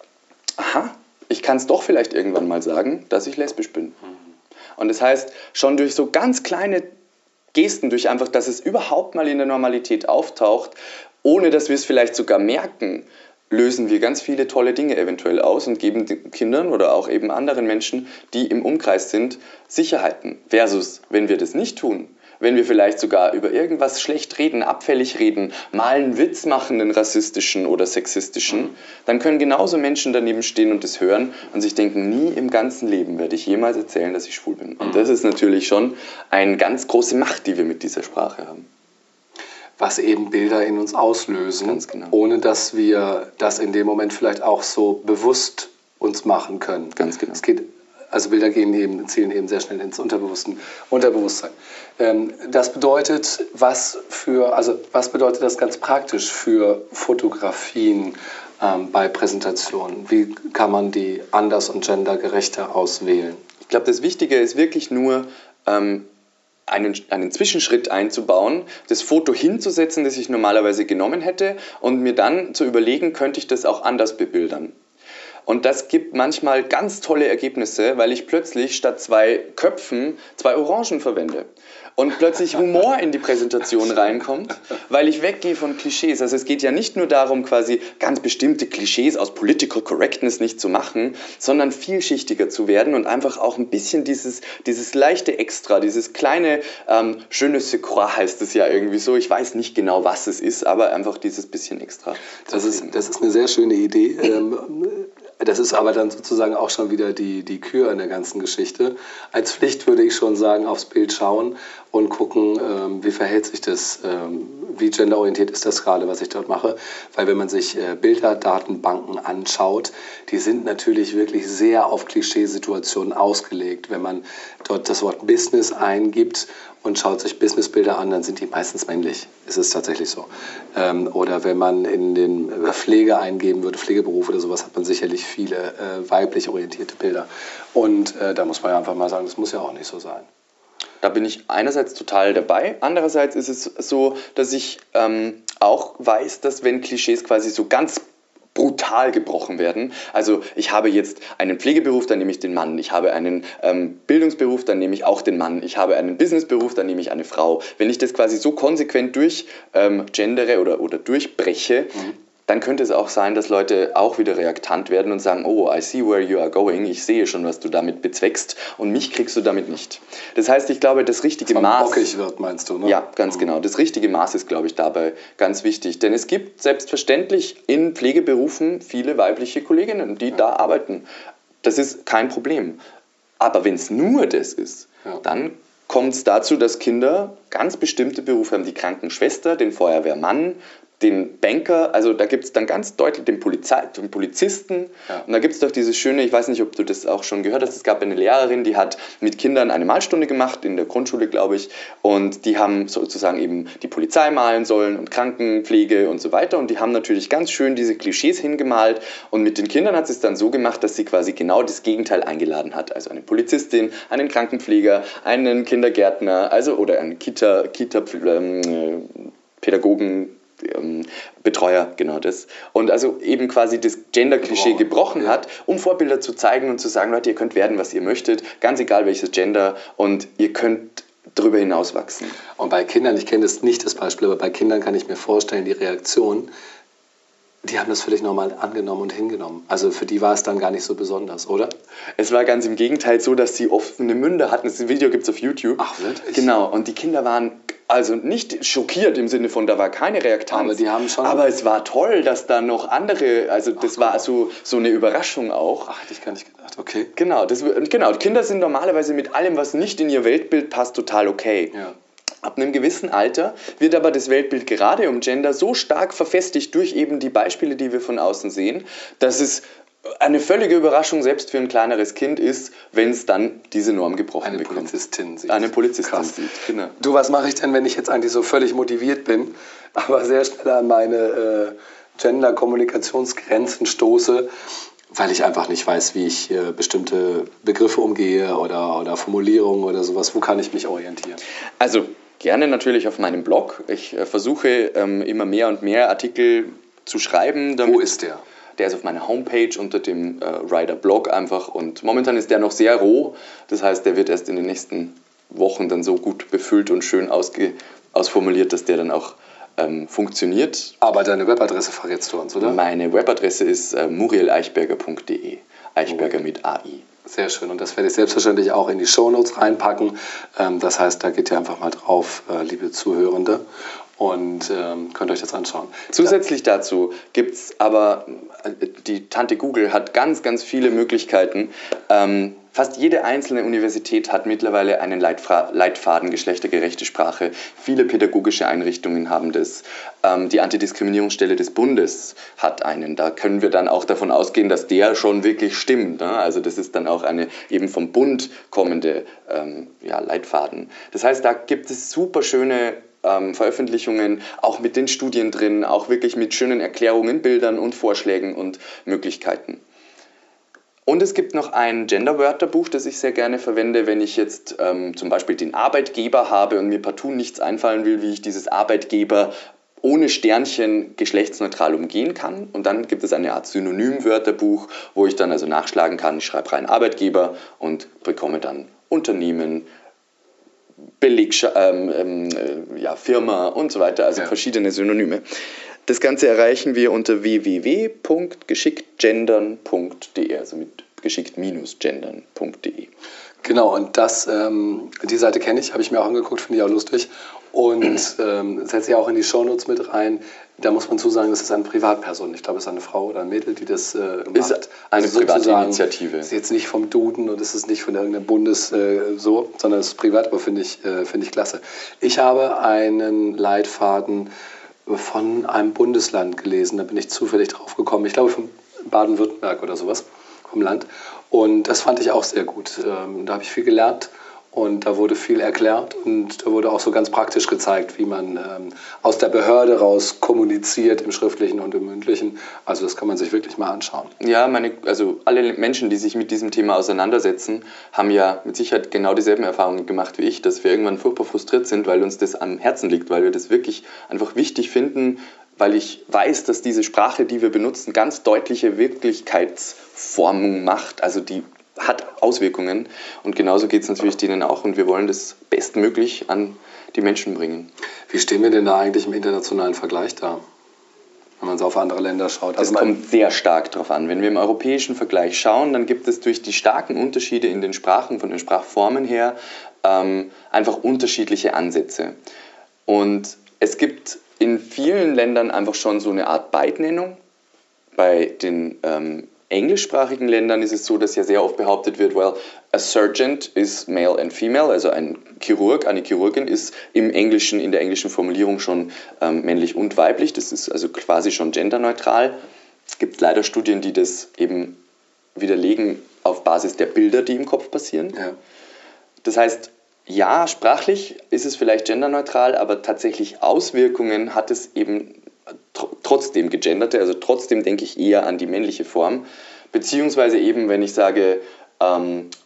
S1: aha, ich kann es doch vielleicht irgendwann mal sagen, dass ich lesbisch bin. Und das heißt, schon durch so ganz kleine Gesten, durch einfach, dass es überhaupt mal in der Normalität auftaucht, ohne dass wir es vielleicht sogar merken, lösen wir ganz viele tolle Dinge eventuell aus und geben den Kindern oder auch eben anderen Menschen, die im Umkreis sind, Sicherheiten. Versus, wenn wir das nicht tun, wenn wir vielleicht sogar über irgendwas schlecht reden, abfällig reden, mal einen Witz machen, einen rassistischen oder sexistischen, dann können genauso Menschen daneben stehen und das hören und sich denken, nie im ganzen Leben werde ich jemals erzählen, dass ich schwul bin. Und das ist natürlich schon eine ganz große Macht, die wir mit dieser Sprache haben.
S4: Was eben Bilder in uns auslösen,
S1: ganz genau,
S4: ohne dass wir das in dem Moment vielleicht auch so bewusst uns machen können.
S1: Ganz genau.
S4: Also Bilder zielen eben sehr schnell ins Unterbewusstsein. Das bedeutet, was bedeutet das ganz praktisch für Fotografien bei Präsentationen? Wie kann man die anders und gendergerechter auswählen?
S1: Ich glaube, das Wichtige ist wirklich nur, einen Zwischenschritt einzubauen, das Foto hinzusetzen, das ich normalerweise genommen hätte und mir dann zu überlegen, könnte ich das auch anders bebildern. Und das gibt manchmal ganz tolle Ergebnisse, weil ich plötzlich statt 2 Köpfen 2 Orangen verwende. Und plötzlich Humor in die Präsentation reinkommt, weil ich weggehe von Klischees. Also es geht ja nicht nur darum, quasi ganz bestimmte Klischees aus Political Correctness nicht zu machen, sondern vielschichtiger zu werden und einfach auch ein bisschen dieses leichte Extra, dieses kleine je ne sais quoi heißt es ja irgendwie so. Ich weiß nicht genau, was es ist, aber einfach dieses bisschen Extra.
S4: Das ist eine sehr schöne Idee. Das ist aber dann sozusagen auch schon wieder die Kür in der ganzen Geschichte. Als Pflicht würde ich schon sagen, aufs Bild schauen und gucken, wie verhält sich das, wie genderorientiert ist das gerade, was ich dort mache. Weil wenn man sich Bilderdatenbanken anschaut, die sind natürlich wirklich sehr auf Klischeesituationen ausgelegt. Wenn man dort das Wort Business eingibt und schaut sich Businessbilder an, dann sind die meistens männlich. Es ist tatsächlich so. Oder wenn man in den Pflege eingeben würde, Pflegeberuf oder sowas, hat man sicherlich viele weiblich orientierte Bilder. Und da muss man ja einfach mal sagen, das muss ja auch nicht so sein.
S1: Da bin ich einerseits total dabei, andererseits ist es so, dass ich auch weiß, dass wenn Klischees quasi so ganz brutal gebrochen werden. Also ich habe jetzt einen Pflegeberuf, dann nehme ich den Mann. Ich habe einen Bildungsberuf, dann nehme ich auch den Mann. Ich habe einen Businessberuf, dann nehme ich eine Frau. Wenn ich das quasi so konsequent gendere oder durchbreche, dann könnte es auch sein, dass Leute auch wieder reaktant werden und sagen, oh, I see where you are going, ich sehe schon, was du damit bezweckst und mich kriegst du damit nicht. Das heißt, ich glaube, das richtige Maß...
S4: bockig wird, meinst du, ne?
S1: Ja, ganz genau. Das richtige Maß ist, glaube ich, dabei ganz wichtig. Denn es gibt selbstverständlich in Pflegeberufen viele weibliche Kolleginnen, die da arbeiten. Das ist kein Problem. Aber wenn es nur das ist, dann kommt es dazu, dass Kinder ganz bestimmte Berufe haben. Die Krankenschwester, den Feuerwehrmann, den Banker, also da gibt es dann ganz deutlich den Polizisten. Ja. Und da gibt es doch dieses schöne, ich weiß nicht, ob du das auch schon gehört hast, es gab eine Lehrerin, die hat mit Kindern eine Malstunde gemacht, in der Grundschule, glaube ich, und die haben sozusagen eben die Polizei malen sollen und Krankenpflege und so weiter und die haben natürlich ganz schön diese Klischees hingemalt und mit den Kindern hat sie es dann so gemacht, dass sie quasi genau das Gegenteil eingeladen hat, also eine Polizistin, einen Krankenpfleger, einen Kindergärtner, also oder einen Kita-Pädagogen, Betreuer, genau das. Und also eben quasi das Gender-Klischee gebrochen hat, um Vorbilder zu zeigen und zu sagen, Leute, ihr könnt werden, was ihr möchtet, ganz egal welches Gender und ihr könnt darüber hinaus wachsen.
S4: Und bei Kindern, ich kenne das nicht das Beispiel, aber bei Kindern kann ich mir vorstellen, die Reaktion, die haben das völlig normal angenommen und hingenommen. Also für die war es dann gar nicht so besonders, oder?
S1: Es war ganz im Gegenteil so, dass sie offene Münder hatten. Das Video gibt es auf YouTube.
S4: Ach, wirklich?
S1: Genau, und die Kinder waren also nicht schockiert im Sinne von, da war keine Reaktanz.
S4: Aber die haben schon...
S1: Aber es war toll, dass da noch andere, also das war so eine Überraschung auch.
S4: Ach, hätte ich gar nicht gedacht, okay.
S1: Genau, Kinder sind normalerweise mit allem, was nicht in ihr Weltbild passt, total okay.
S4: Ja.
S1: Ab einem gewissen Alter wird aber das Weltbild gerade um Gender so stark verfestigt durch eben die Beispiele, die wir von außen sehen, dass es eine völlige Überraschung selbst für ein kleineres Kind ist, wenn es dann diese Norm gebrochen bekommt. Eine Polizistin sieht. Genau.
S4: Du, was mache ich denn, wenn ich jetzt eigentlich so völlig motiviert bin, aber sehr schnell an meine Gender-Kommunikationsgrenzen stoße, weil ich einfach nicht weiß, wie ich bestimmte Begriffe umgehe oder Formulierungen oder sowas. Wo kann ich mich orientieren?
S1: Also gerne natürlich auf meinem Blog. Ich versuche immer mehr und mehr Artikel zu schreiben.
S4: Wo ist der?
S1: Der ist auf meiner Homepage unter dem Rider-Blog einfach und momentan ist der noch sehr roh. Das heißt, der wird erst in den nächsten Wochen dann so gut befüllt und schön ausformuliert, dass der dann auch funktioniert.
S4: Aber deine Webadresse verrätst du uns, oder?
S1: Meine Webadresse ist muriel-eichberger.de. Eichberger mit AI.
S4: Sehr schön. Und das werde ich selbstverständlich auch in die Shownotes reinpacken. Das heißt, da geht ihr einfach mal drauf, liebe Zuhörende. Und könnt euch das anschauen.
S1: Zusätzlich dazu gibt es aber, die Tante Google hat ganz, ganz viele Möglichkeiten. Fast jede einzelne Universität hat mittlerweile einen Leitfaden geschlechtergerechte Sprache. Viele pädagogische Einrichtungen haben das. Die Antidiskriminierungsstelle des Bundes hat einen. Da können wir dann auch davon ausgehen, dass der schon wirklich stimmt. Ne? Also das ist dann auch eine eben vom Bund kommende Leitfaden. Das heißt, da gibt es super schöne Veröffentlichungen, auch mit den Studien drin, auch wirklich mit schönen Erklärungen, Bildern und Vorschlägen und Möglichkeiten. Und es gibt noch ein Gender-Wörterbuch, das ich sehr gerne verwende, wenn ich jetzt zum Beispiel den Arbeitgeber habe und mir partout nichts einfallen will, wie ich dieses Arbeitgeber ohne Sternchen geschlechtsneutral umgehen kann. Und dann gibt es eine Art Synonymwörterbuch, wo ich dann also nachschlagen kann. Ich schreibe rein Arbeitgeber und bekomme dann Unternehmen, Firma und so weiter, also verschiedene Synonyme. Das Ganze erreichen wir unter www.geschicktgendern.de, also mit geschickt-gendern.de.
S4: Genau, und die Seite kenne ich, habe ich mir auch angeguckt, finde ich auch lustig. Und setze ich auch in die Shownotes mit rein. Da muss man zusagen, das ist eine Privatperson. Ich glaube, es ist eine Frau oder ein Mädel, die das macht.
S1: Ist eine private Initiative.
S4: Ist jetzt nicht vom Duden und es ist nicht von irgendeinem Bundes sondern es ist privat, aber finde ich klasse. Ich habe einen Leitfaden von einem Bundesland gelesen, da bin ich zufällig drauf gekommen. Ich glaube von Baden-Württemberg oder sowas, vom Land. Und das fand ich auch sehr gut. Da habe ich viel gelernt. Und da wurde viel erklärt und da wurde auch so ganz praktisch gezeigt, wie man aus der Behörde raus kommuniziert, im Schriftlichen und im Mündlichen. Also das kann man sich wirklich mal anschauen.
S1: Ja, also alle Menschen, die sich mit diesem Thema auseinandersetzen, haben ja mit Sicherheit genau dieselben Erfahrungen gemacht wie ich, dass wir irgendwann furchtbar frustriert sind, weil uns das am Herzen liegt, weil wir das wirklich einfach wichtig finden, weil ich weiß, dass diese Sprache, die wir benutzen, ganz deutliche Wirklichkeitsformung macht, also die hat Auswirkungen und genauso geht es natürlich denen auch und wir wollen das bestmöglich an die Menschen bringen.
S4: Wie stehen wir denn da eigentlich im internationalen Vergleich da, wenn man so auf andere Länder schaut?
S1: Also es kommt sehr stark drauf an. Wenn wir im europäischen Vergleich schauen, dann gibt es durch die starken Unterschiede in den Sprachen, von den Sprachformen her, einfach unterschiedliche Ansätze. Und es gibt in vielen Ländern einfach schon so eine Art Beidnennung. Bei den englischsprachigen Ländern ist es so, dass ja sehr oft behauptet wird, well, a surgeon is male and female, also ein Chirurg, eine Chirurgin ist in der englischen Formulierung schon männlich und weiblich, das ist also quasi schon genderneutral. Es gibt leider Studien, die das eben widerlegen auf Basis der Bilder, die im Kopf passieren. Ja. Das heißt, ja, sprachlich ist es vielleicht genderneutral, aber tatsächlich Auswirkungen hat es eben trotzdem gegenderte, also trotzdem denke ich eher an die männliche Form, beziehungsweise eben, wenn ich sage a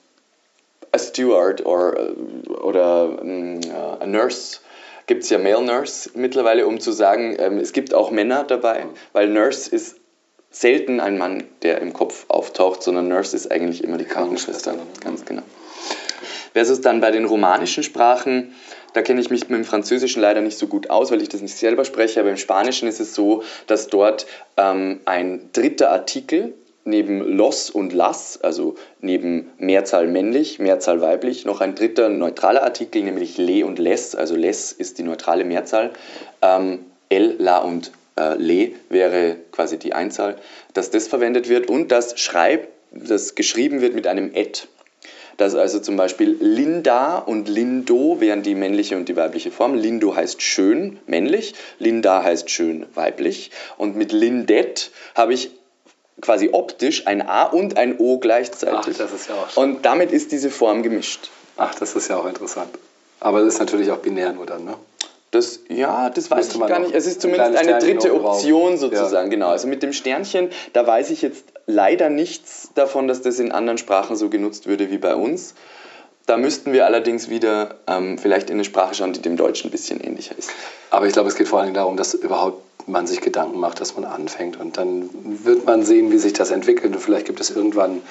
S1: steward oder a nurse, gibt es ja Male Nurse mittlerweile, um zu sagen, es gibt auch Männer dabei, weil Nurse ist selten ein Mann, der im Kopf auftaucht, sondern Nurse ist eigentlich immer die Krankenschwester, ganz genau. Versus dann bei den romanischen Sprachen, da kenne ich mich mit dem Französischen leider nicht so gut aus, weil ich das nicht selber spreche, aber im Spanischen ist es so, dass dort ein dritter Artikel neben los und las, also neben Mehrzahl männlich, Mehrzahl weiblich, noch ein dritter neutraler Artikel, nämlich le und les, also les ist die neutrale Mehrzahl, el, la und le wäre quasi die Einzahl, dass das verwendet wird und das geschrieben wird mit einem et. Dass also zum Beispiel Linda und Lindo wären die männliche und die weibliche Form. Lindo heißt schön, männlich, Linda heißt schön, weiblich. Und mit Lindette habe ich quasi optisch ein A und ein O gleichzeitig.
S4: Ach, das ist ja auch schön.
S1: Und damit ist diese Form gemischt.
S4: Ach, das ist ja auch interessant. Aber das ist natürlich auch binär nur dann, ne?
S1: Das weiß ich gar nicht. Es ist zumindest eine dritte Option sozusagen, genau. Also mit dem Sternchen, da weiß ich jetzt leider nichts davon, dass das in anderen Sprachen so genutzt würde wie bei uns. Da müssten wir allerdings wieder vielleicht in eine Sprache schauen, die dem Deutschen ein bisschen ähnlicher ist.
S4: Aber ich glaube, es geht vor allem darum, dass überhaupt man sich Gedanken macht, dass man anfängt. Und dann wird man sehen, wie sich das entwickelt. Und vielleicht gibt es irgendwann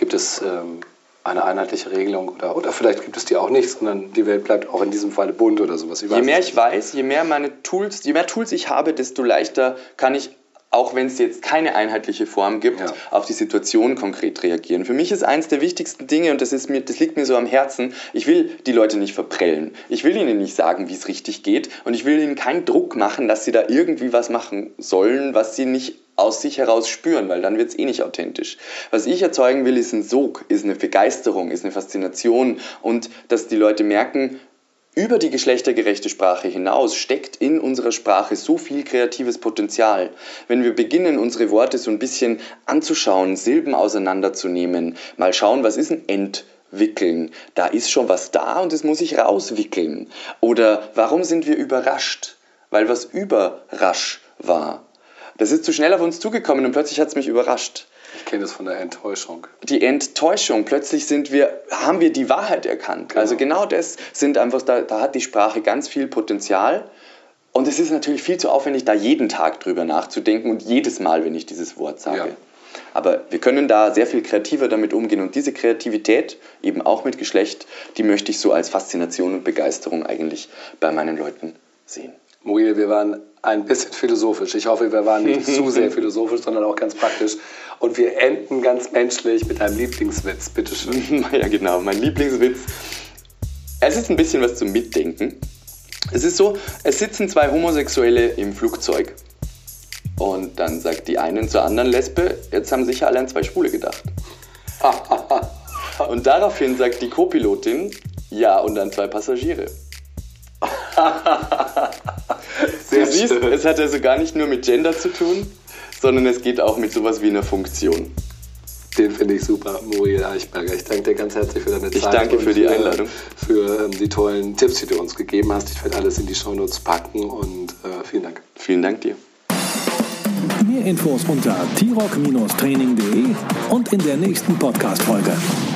S4: eine einheitliche Regelung oder vielleicht gibt es die auch nicht, sondern die Welt bleibt auch in diesem Falle bunt oder sowas.
S1: Je mehr ich weiß, je mehr Tools ich habe, desto leichter kann ich, auch wenn es jetzt keine einheitliche Form gibt, auf die Situation konkret reagieren. Für mich ist eins der wichtigsten Dinge, und das liegt mir so am Herzen, ich will die Leute nicht verprellen. Ich will ihnen nicht sagen, wie es richtig geht, und ich will ihnen keinen Druck machen, dass sie da irgendwie was machen sollen, was sie nicht aus sich heraus spüren, weil dann wird es eh nicht authentisch. Was ich erzeugen will, ist ein Sog, ist eine Begeisterung, ist eine Faszination, und dass die Leute merken, über die geschlechtergerechte Sprache hinaus steckt in unserer Sprache so viel kreatives Potenzial. Wenn wir beginnen, unsere Worte so ein bisschen anzuschauen, Silben auseinanderzunehmen, mal schauen, was ist ein Entwickeln? Da ist schon was da und das muss ich rauswickeln. Oder warum sind wir überrascht? Weil was überrasch war. Das ist zu schnell auf uns zugekommen und plötzlich hat es mich überrascht.
S4: Ich kenne das von der Enttäuschung.
S1: Die Enttäuschung. Plötzlich haben wir die Wahrheit erkannt. Genau. Also genau das sind einfach, da hat die Sprache ganz viel Potenzial. Und es ist natürlich viel zu aufwendig, da jeden Tag drüber nachzudenken und jedes Mal, wenn ich dieses Wort sage. Ja. Aber wir können da sehr viel kreativer damit umgehen und diese Kreativität, eben auch mit Geschlecht, die möchte ich so als Faszination und Begeisterung eigentlich bei meinen Leuten sehen.
S4: Muriel, wir waren ein bisschen philosophisch. Ich hoffe, wir waren nicht zu sehr philosophisch, sondern auch ganz praktisch. Und wir enden ganz menschlich mit deinem Lieblingswitz. Bitteschön.
S1: Ja, genau, mein Lieblingswitz. Es ist ein bisschen was zum Mitdenken. Es ist so, es sitzen zwei Homosexuelle im Flugzeug. Und dann sagt die einen zur anderen Lesbe, jetzt haben sicher alle an zwei Schwule gedacht. Und daraufhin sagt die Co-Pilotin, ja, und an zwei Passagiere. Du siehst, es hat also gar nicht nur mit Gender zu tun, sondern es geht auch mit sowas wie einer Funktion.
S4: Den finde ich super, Muriel Eichberger. Ich danke dir ganz herzlich für deine Zeit.
S1: Ich danke für die Einladung.
S4: Für die tollen Tipps, die du uns gegeben hast. Ich werde alles in die Shownotes packen und vielen Dank.
S1: Vielen Dank dir.
S2: Mehr Infos unter t-rock-training.de und in der nächsten Podcast-Folge.